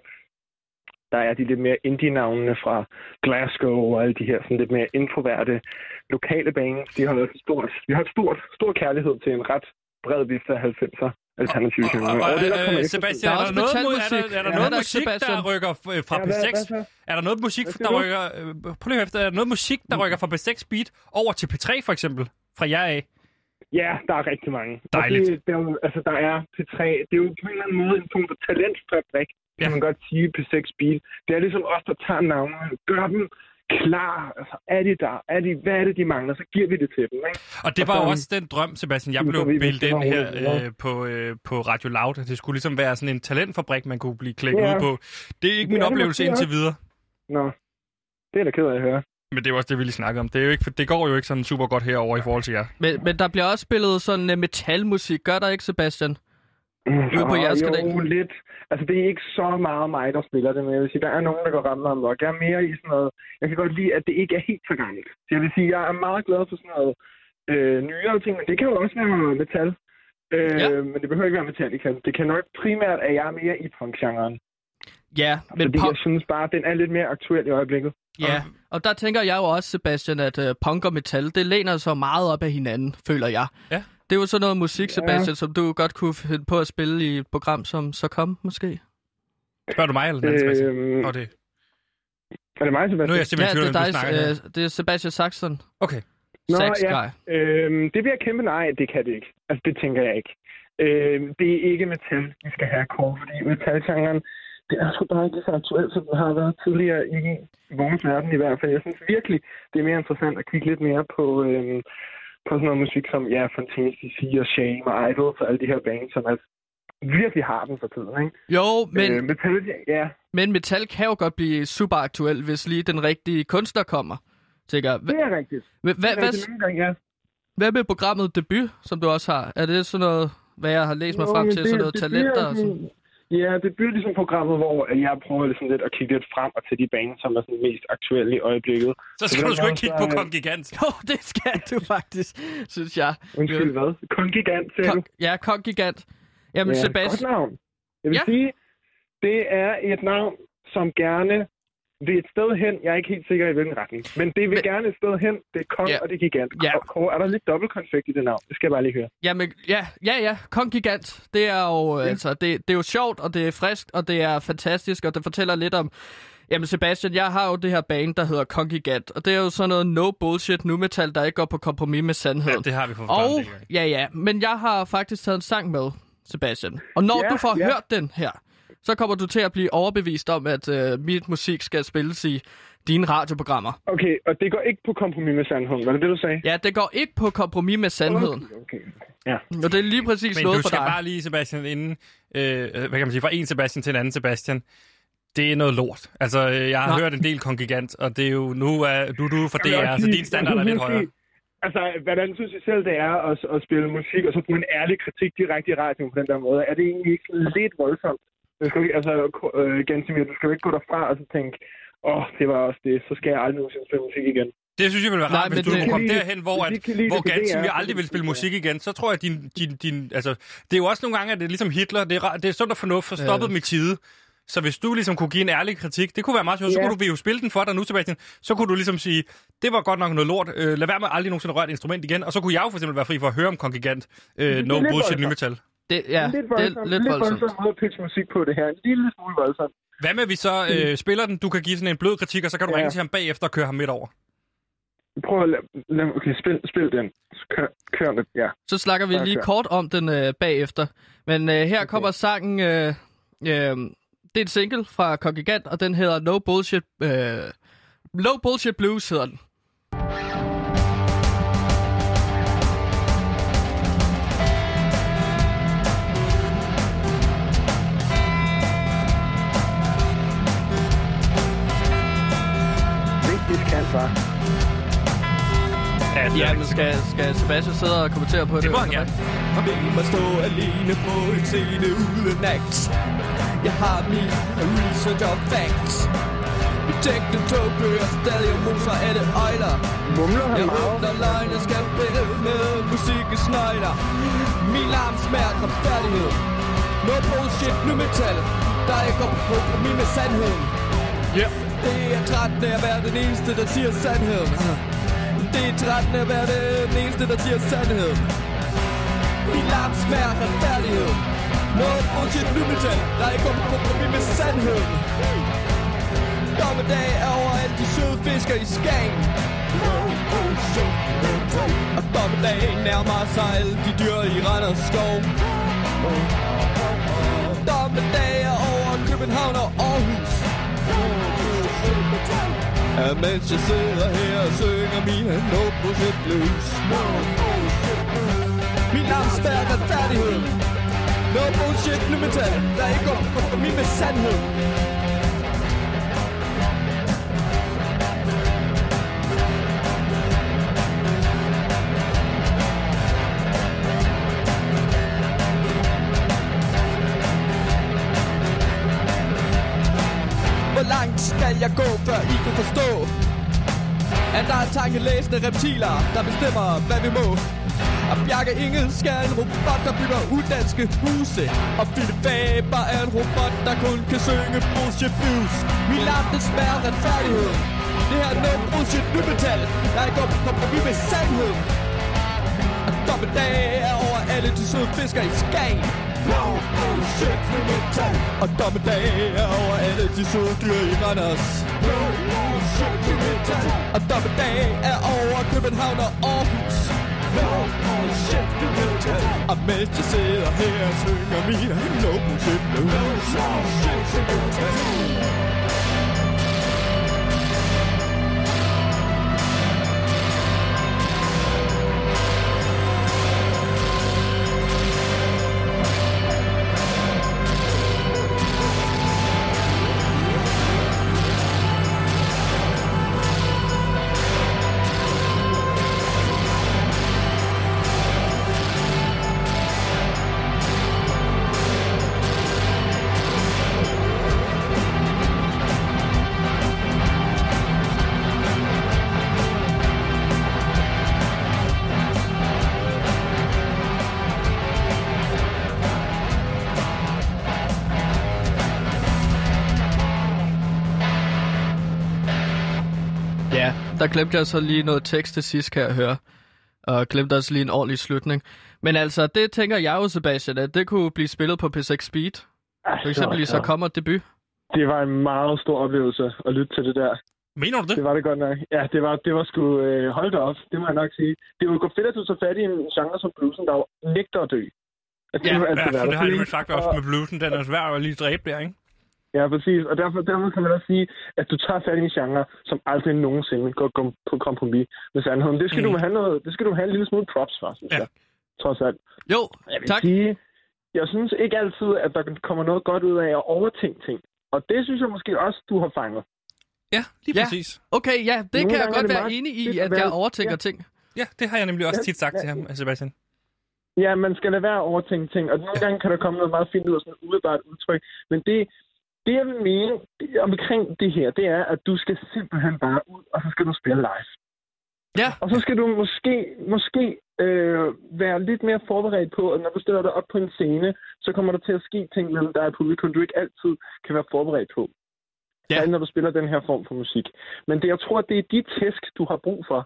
der er de lidt mere indie-navnene fra Glasgow og alle de her sådan lidt mere introverte lokale bands. De har været stort, vi har et stort, stor kærlighed til en ret bred vifte af halvfemser alternative genrer. Og, og, og, og, øh, Sebastian, er der, er, noget, er, der, er der ja, noget musik, Sebastian? der rykker fra ja, P seks? Hvad, hvad, er der noget musik, der rykker... Øh, prøv lige efter, er der noget musik, der rykker fra P seks Beat over til P tre, for eksempel? Fra jer af? Ja, der er rigtig mange. Dejligt. Det, der, altså, der er P tre. Det er jo på en eller anden måde en form for talentfabrik, kan ja. man godt sige, P seks Beat. Det er ligesom os, der tager navnene, gør dem klar. Altså, er de der? Er de, hvad er det, de mangler? Så giver vi det til dem, ikke? Og det var jo også den drøm, Sebastian. Jeg blev bildet ind her øh, på, øh, på Radio Loud. Det skulle ligesom være sådan en talentfabrik, man kunne blive klædt ja. ud på. Det er ikke min ja, oplevelse indtil videre. Nå, det er da ked af at høre. Men det er også det, vi lige snakker om. Det, er jo ikke, det går jo ikke sådan super godt herover i forhold til jer. Men, men der bliver også spillet sådan uh, metalmusik. Gør der ikke, Sebastian? Mm, Ude på jeres kanal? Jo, lidt. Altså, det er ikke så meget mig, der spiller det, men jeg vil sige, der er nogen, der går ramt om nok. Jeg er mere i sådan noget... Jeg kan godt lide, at det ikke er helt for gammelt. Så jeg vil sige, jeg er meget glad for sådan noget øh, nyere ting, men det kan jo også være metal. Øh, ja. Men det behøver ikke være metal. Det kan, det kan nok primært, at jeg er mere i punk-genren. Ja, men... Fordi jeg synes bare, at den er lidt mere aktuel i øjeblikket. Ja, og der tænker jeg jo også, Sebastian, at uh, punk og metal, det læner så meget op af hinanden, føler jeg. Ja. Det er jo sådan noget musik, Sebastian, ja. som du godt kunne finde på at spille i et program som Så Kom, måske. Spørger du mig eller den anden, Sebastian? Øhm, og det... Er det mig, Sebastian? Nu er jeg simpelthen ja, det er, dig, øh, det er Sebastian Saxon. Okay. Nå, Sax ja. guy. Øhm, det vil jeg kæmpe nej, det kan det ikke. Altså, det tænker jeg ikke. Øhm, det er ikke metal, vi skal have kort, fordi metalgenren, det er sgu bare ikke så aktuelt, som det har været tidligere i vores verden i hvert fald. Jeg synes virkelig, det er mere interessant at kigge lidt mere på, øhm, på sådan noget musik som ja, Fontaine's D C og Shame og Idols og alle de her bands, som altså virkelig har den for tiden, ikke? Jo, men, øh, metal, ja. men metal kan jo godt blive super aktuel, hvis lige den rigtige kunstner kommer. Tænker, det er rigtigt. Hvad, det er hvad, rigtigt gang, ja. hvad med programmet Debut, som du også har? Er det sådan noget, hvad jeg har læst mig jo, frem til, det, sådan noget det, talenter det og sådan? Ja, det bliver ligesom programmet, hvor jeg prøver ligesom lidt at kigge lidt frem og til de baner, som er sådan mest aktuelle i øjeblikket. Så skal så du sgu ikke kigge på Kongigant. Jo, det skal du faktisk, synes jeg. Undskyld, hvad? Kongigant, siger Kon- du? Ja, Kongigant. Jamen, ja, Sebastian... godt navn. Jeg vil ja. sige, det er et navn, som gerne vil et sted hen. Jeg er ikke helt sikker i hvilken retning. Men det vil men... gerne et sted hen. Det er Kong, ja. og det er Gigant. Ja. Og, er der lidt dobbeltkonfekt i det navn? Det skal jeg bare lige høre. Jamen, ja, ja, ja. Kong Gigant. Det er jo, ja. altså, det, det er jo sjovt, og det er frisk, og det er fantastisk, og det fortæller lidt om... Jamen, Sebastian, jeg har jo det her band, der hedder Kong Gigant, og det er jo sådan noget no bullshit nu metal, der ikke går på kompromis med sandheden. Ja, det har vi for Og, ja, ja, men jeg har faktisk taget en sang med, Sebastian. Og når ja, du får ja. hørt den her, så kommer du til at blive overbevist om, at øh, mit musik skal spilles i dine radioprogrammer. Okay, og det går ikke på kompromis med sandheden, var det det, du sagde? Ja, det går ikke på kompromis med sandheden. Okay, okay. Ja. Og det er lige præcis men noget for dig. Men du skal bare lige, Sebastian, inden, øh, hvad kan man sige, fra en Sebastian til en anden Sebastian. Det er noget lort. Altså, jeg har Nå. hørt en del Kongigant, og det er jo, nu er du, du for D R, så din standard er lidt højere. Altså, hvordan synes I selv, det er at, at spille musik, og så få en ærlig kritik direkte i radioen på den der måde? Er det egentlig ikke lidt voldsomt? Du skal ikke, altså, øh, Gansimir, du skal jo ikke gå derfra og så tænke, åh, oh, det var også det, så skal jeg aldrig nogensinde spille musik igen. Det synes jeg ville være rart, hvis du kunne komme derhen, hvor, at, hvor Gansimir aldrig vil spille musik igen. Så tror jeg, din, din, din, altså, det er jo også nogle gange, at det er ligesom Hitler, det er, det er sundt og fornuft for stoppet ja. med tide. Så hvis du ligesom kunne give en ærlig kritik, det kunne være meget sjovt, så yeah. kunne du jo spille den for dig nu, Sebastian. Så kunne du ligesom sige, det var godt nok noget lort, øh, lad være med aldrig nogensinde røre et instrument igen, og så kunne jeg jo for eksempel være fri for at høre om Kongigant, øh, no bullshit ny metal. Det, ja, lidt voldsomt. Det er lidt voldsomt. Lidt voldsomt måde at pitche musik på det her. En lille smule voldsomt. Hvad med, vi så øh, spiller den, du kan give sådan en blød kritik, og så kan du ja. ringe til ham bagefter og køre ham midt over. Prøv at lade, okay, spil, spil den. Kør, kør den, ja. Så snakker vi lige kort om den øh, bagefter. Men øh, her okay. kommer sangen... Øh, øh, Det er et single fra Kongigant, og den hedder No Bullshit, øh, No Bullshit Blues hedder den. jeg Ja, men skal, skal Sebastian sidde og kommentere på det? Det må han gerne. Okay. Vi må stå alene på en scene uden acts. Jeg har min research og facts. Mit tænkte tog kører stadig og moser alle øjler. Mumler han Jeg meget? åbner løgne, skal bede med musikkens nøgler. Min larm smager retfærdighed. No bullshit, nu metal. Der ikke går på kompromis med sandheden. Ja. Det er trættende at være den eneste, der siger sandheden. Det er trættende at være den eneste, der siger sandheden. Min larm smager retfærdighed. No bullshit, nu metal. Der ikke går på kompromis med sandheden. Dommedag er over alle de søde fisker i Skagen. Og dommedag nærmer sig alle de dyr i Randers skov. Dommedag er over København og Aarhus. Ja, mens jeg sidder her og synger mine no bullshit blues. Min larm spærrer retfærdighed. No bullshit nu metal. Der ikke går på kompromis med sandhed. Hvor langt skal jeg gå, før I kan forstå, at der er tankelæsende reptiler, der bestemmer, hvad vi må? Og Bjarke Ingels er en robot, der bygger uddanske huse. Og Philip Faber er en robot, der kun kan synge bullshit blues. Min larm, den smager retfærdighed. Det her er no bullshit nu metal, der ikke går på kompromis med sandhed. Og dommedag er over alle de søde fisker i Skagen. No bullshit nu metal. Og dommedag er over alle de søde dyr i Randers. No bullshit nu metal. Og dommedag er over København og Aarhus. No bullshit nu metal. Og mens jeg sidder her og synger mine no bullshit blues. No bullshit nu metal. Der glemte jeg så lige noget tekst til sidst, kan jeg høre. Og glemte også lige en ordentlig slutning. Men altså, det tænker jeg jo, Sebastian, at det kunne blive spillet på P seks Speed. For eksempel så kommer debut. Det var en meget stor oplevelse at lytte til det der. Mener du det? Det var det godt nok. Ja, det var, det var sgu... Øh, hold da op, det må jeg nok sige. Det var fedt, at du så fat i en genre som bluesen, der var nægter at dø. At Ja, det, at ja det for det har jeg fordi- nemlig sagt også med bluesen. Den er svær at lige dræbe der, ikke? Ja, præcis. Og derfor, derfor kan man også sige, at du tager fat i en genre, som aldrig nogensinde går kom- på kompromis med sandheden. Det skal, mm. du have noget, det skal du have en lille smule props for, synes Ja. jeg. Trods alt. Jo, Jeg vil tak. sige, jeg synes ikke altid, at der kommer noget godt ud af at overtænke ting. Og det synes jeg måske også, du har fanget. Ja, lige Ja. præcis. Okay, ja, det Nogle kan jeg gange er godt det være meget enig i, fedt at at jeg være- overtænker ja. ting. Ja, det har jeg nemlig også Ja, tit sagt ja. til ham, Sebastian. Ja, man skal lade være at overtænke ting, og nogle gange kan der komme noget meget fint ud af sådan et umiddelbart udtryk. Men det, det jeg vil mene det, omkring det her, det er, at du skal simpelthen bare ud, og så skal du spille live. Ja, Og så skal du måske, måske øh, være lidt mere forberedt på, at når du stiller dig op på en scene, så kommer der til at ske ting mellem dig og publikum, du ikke altid kan være forberedt på. Ja. Ja. Når du spiller den her form for musik. Men det, jeg tror, det er de tæsk, du har brug for,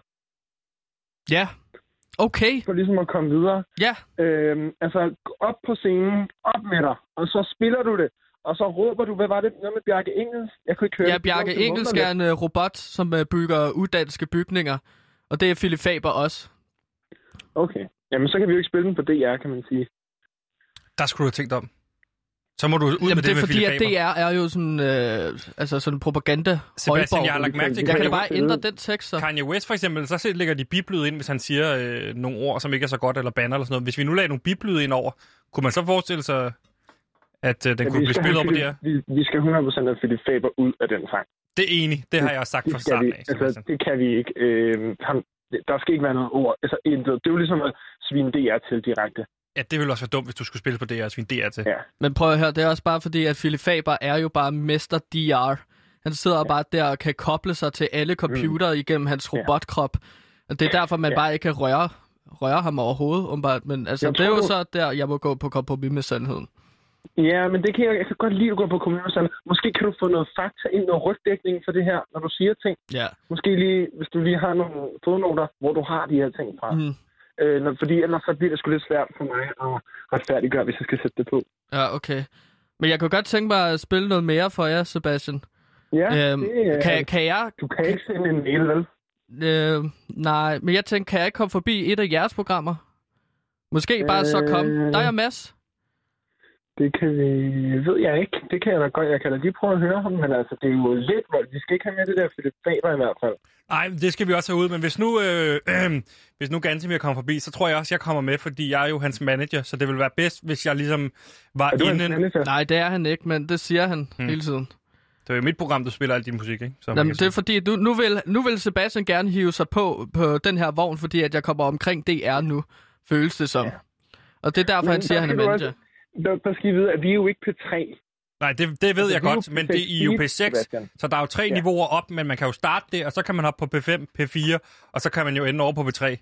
ja. Okay, for ligesom at komme videre. ja. Øhm, altså, gå op på scenen, op med dig, og så spiller du det. Og så råber du, hvad var det? Noget med Bjarke Ingels? Jeg kunne ikke høre Ja, det. Bjarke Det var- Ingels er en uh, robot, som uh, bygger uddanske bygninger. Og det er Philip Faber også. Okay. Jamen, så kan vi jo ikke spille den på D R, kan man sige. Der skulle du have tænkt om. Så må du ud Jamen, med det det er med fordi, Philip at Faber. D R er jo sådan, øh, altså sådan propaganda. Sebastian, jeg har lagt mærke til, Jeg kan da Kanye, bare ændre den tekst, så. Kanye West for eksempel, så selv lægger de biblyd ind, hvis han siger øh, nogle ord, som ikke er så godt, eller banner eller sådan noget. Hvis vi nu lagde nogle biblyd ind over, kunne man så forestille sig, at øh, den Ja, kunne vi blive skal spillet have over på det her? Philip- Vi, vi skal hundrede procent have Philip Faber ud af den sang. Det er enig. Det har jeg også sagt Det fra skal starten vi, af, altså, Sebastian. det kan vi ikke. Øh, ham, der skal ikke være noget ord. Altså, intet. Det er jo ligesom at svine D R til direkte. Ja, det ville også være dumt, hvis du skulle spille på D R og svine D R til. Ja. Men prøv at høre, det er også bare fordi, at Philip Faber er jo bare mester D R. Han sidder ja. bare der og kan koble sig til alle computere mm. igennem hans robotkrop. Og det er derfor, man ja. bare ikke kan røre, røre ham overhovedet. Umiddelbart. Men altså, jeg det er jo du... så der, jeg må gå på kompromis med sandheden. Ja, men det kan jeg, jeg kan godt lide at gå på kompromis. Måske kan du få noget fakta ind, noget rygdækning for det her, når du siger ting. Ja. Måske lige, hvis du lige har nogle fodnoter, hvor du har de her ting fra. Mm. Øh, når, fordi ellers så bliver det sgu lidt svært for mig at retfærdiggøre, hvis jeg skal sætte det på. Ja, okay. Men jeg kunne godt tænke mig at spille noget mere for jer, Sebastian. Ja, øhm, det, kan, kan jeg... Du kan ikke sende en mail, vel? Øh, nej, men jeg tænker, kan jeg ikke komme forbi et af jeres programmer? Måske bare øh... så komme. Der er Mads. Det kan vi... ved jeg ikke. Det kan jeg da godt. Jeg kan da lige prøve at høre ham, men altså, det er jo lidt vold. Vi skal ikke have med det der Philip Faber i hvert fald. Nej, det skal vi også have ud, men hvis nu, øh, øh, hvis nu Gantemir kommer forbi, så tror jeg også, jeg kommer med, fordi jeg er jo hans manager, så det vil være bedst, hvis jeg ligesom var inde... Nej, det er han ikke, men det siger han hmm. hele tiden. Det er jo mit program, du spiller al din musik, ikke? Så Jamen, det er fordi, du, nu, vil, nu vil Sebastian gerne hive sig på, på den her vogn, fordi at jeg kommer omkring D R nu, føles det som. Ja. Og det er derfor, men han siger, at han er manager. Også, der, der skal I vide, at vi er jo ikke P tre. Nej, det, det ved altså, jeg godt, men det er jo P seks, så der er jo tre ja. niveauer op, men man kan jo starte det, og så kan man hoppe på P fem, P fire, og så kan man jo ende over på P tre.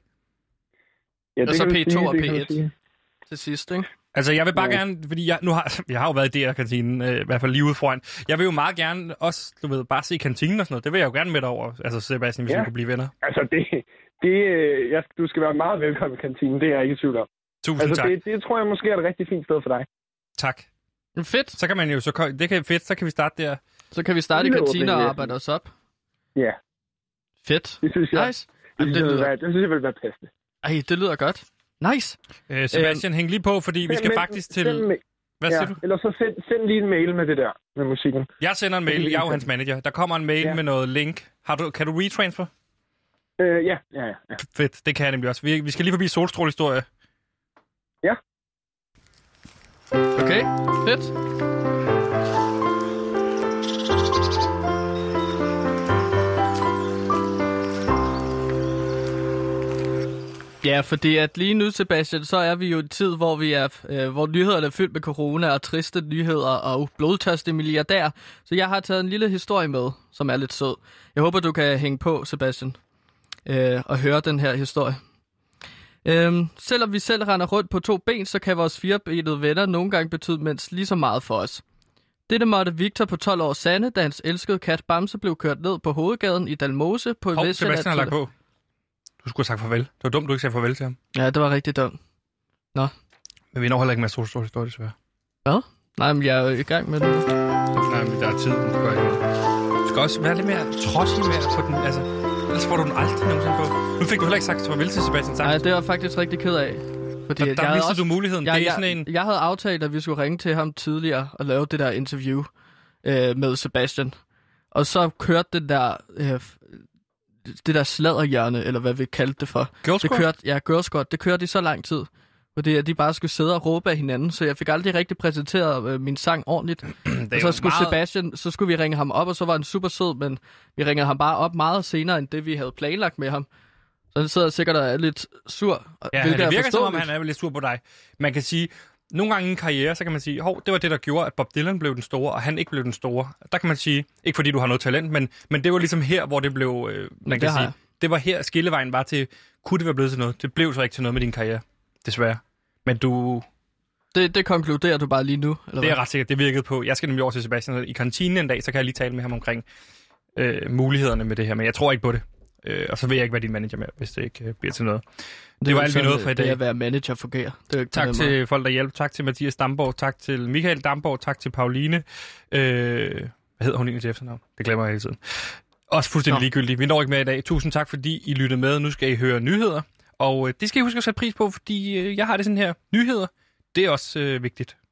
Ja, og så P to sige, og P et til sidst, ikke? Altså, jeg vil bare ja. gerne, fordi jeg, nu har, jeg har jo været i D R-kantinen, øh, i hvert fald lige ude foran. Jeg vil jo meget gerne også, du ved, bare se kantinen og sådan noget. Det vil jeg jo gerne med dig over, altså Sebastian, hvis ja. vi kunne blive venner. Altså, det, det, jeg, du skal være meget velkommen i kantinen, det er jeg ikke i tvivl om. Tusind altså, tak. Det, det tror jeg måske er et rigtig fint sted for dig. Tak. Fedt. Så kan man jo, så det kan fedt, så kan vi starte der. Så kan vi starte i kantinen og arbejde os op. Ja. Fedt. Det synes jeg, nice. det, det, det, lyder... det synes jeg vil være passende. Ej, det lyder godt. Nice. Øh, Sebastian, æm... hæng lige på, fordi vi skal men, faktisk til... Hvad siger ja, du? Eller så send, send lige en mail med det der, med musikken. Jeg sender en mail, jeg er jo hans manager. Der kommer en mail ja. med noget link. Har du, kan du retransfer? Øh, ja, ja, ja. Fedt, det kan jeg nemlig også. Vi, vi skal lige forbi solstrålehistorie. Ja. Okay, fedt. Ja, fordi at lige nu, Sebastian, så er vi jo i en tid, hvor vi er, øh, hvor nyhederne er fyldt med corona og triste nyheder og blodtørste milliardær. Så jeg har taget en lille historie med, som er lidt sød. Jeg håber, du kan hænge på, Sebastian, øh, og høre den her historie. Øhm, selvom vi selv render rundt på to ben, så kan vores firebenede venner nogle gange betyde mindst lige så meget for os. Dette måtte Victor på tolv år sande, da hans elskede kat Bamse blev kørt ned på hovedgaden i Dalmose på Hov, Sebastian har lagt på. Du skulle have sagt farvel. Det var dumt, du ikke sagde farvel til ham. Ja, det var rigtig dumt. Nå. Men vi når heller ikke med solstråle historie, desværre. Hvad? Nej, men jeg er jo i gang med det. Nej, men der er tid. Det går ikke. Du skal også være lidt mere trodsig med at få den, altså... Ellers får du den aldrig nogensinde på. Nu fik du heller ikke sagt farvel til Sebastian Sax. Nej, det var faktisk rigtig ked af. Fordi der der mistede du muligheden. Jeg, det er jeg, sådan en... jeg havde aftalt, at vi skulle ringe til ham tidligere og lave det der interview øh, med Sebastian. Og så kørte den der... Øh, det der sladderhjørne, eller hvad vi kaldte det for. Girl det kørte, ja, Girl Squad. Det kørte i så lang tid. Fordi at de bare skulle sidde og råbe af hinanden, så jeg fik aldrig rigtig præsenteret øh, min sang ordentligt. Og så skulle meget... Sebastian, så skulle vi ringe ham op, og så var han super sød, men vi ringede ham bare op meget senere, end det vi havde planlagt med ham. Så han sidder sikkert og er lidt sur. Ja, det virker som om, han er lidt sur på dig. Man kan sige, nogle gange i en karriere, så kan man sige, hov, det var det, der gjorde, at Bob Dylan blev den store, og han ikke blev den store. Der kan man sige, ikke fordi du har noget talent, men, men det var ligesom her, hvor det blev, øh, man kan sige, det var her skillevejen var til, kunne det være blevet til noget? Det blev så ikke til noget med din karriere, desværre. Men du... Det, det konkluderer du bare lige nu, eller det er ret sikkert, det virkede på. Jeg skal nemlig over til Sebastian i kantinen en dag, så kan jeg lige tale med ham omkring øh, mulighederne med det her, men jeg tror ikke på det. Øh, og så vil jeg ikke være din manager mere, hvis det ikke øh, bliver til noget. Det, det var alt vi nåede for i dag. Det at være manager fungerer. Det er tak til folk, der hjælper. Tak til Mathias Damborg. Tak til Michael Damborg. Tak til Pauline. Øh, hvad hedder hun egentlig til efternavn? Det glemmer jeg hele tiden. Også fuldstændig Nå. ligegyldigt. Vi når ikke med i dag. Tusind tak, fordi I lyttede med. Nu skal I høre nyheder. Og øh, det skal I huske at sætte pris på, fordi øh, jeg har det sådan her. Nyheder, det er også øh, vigtigt.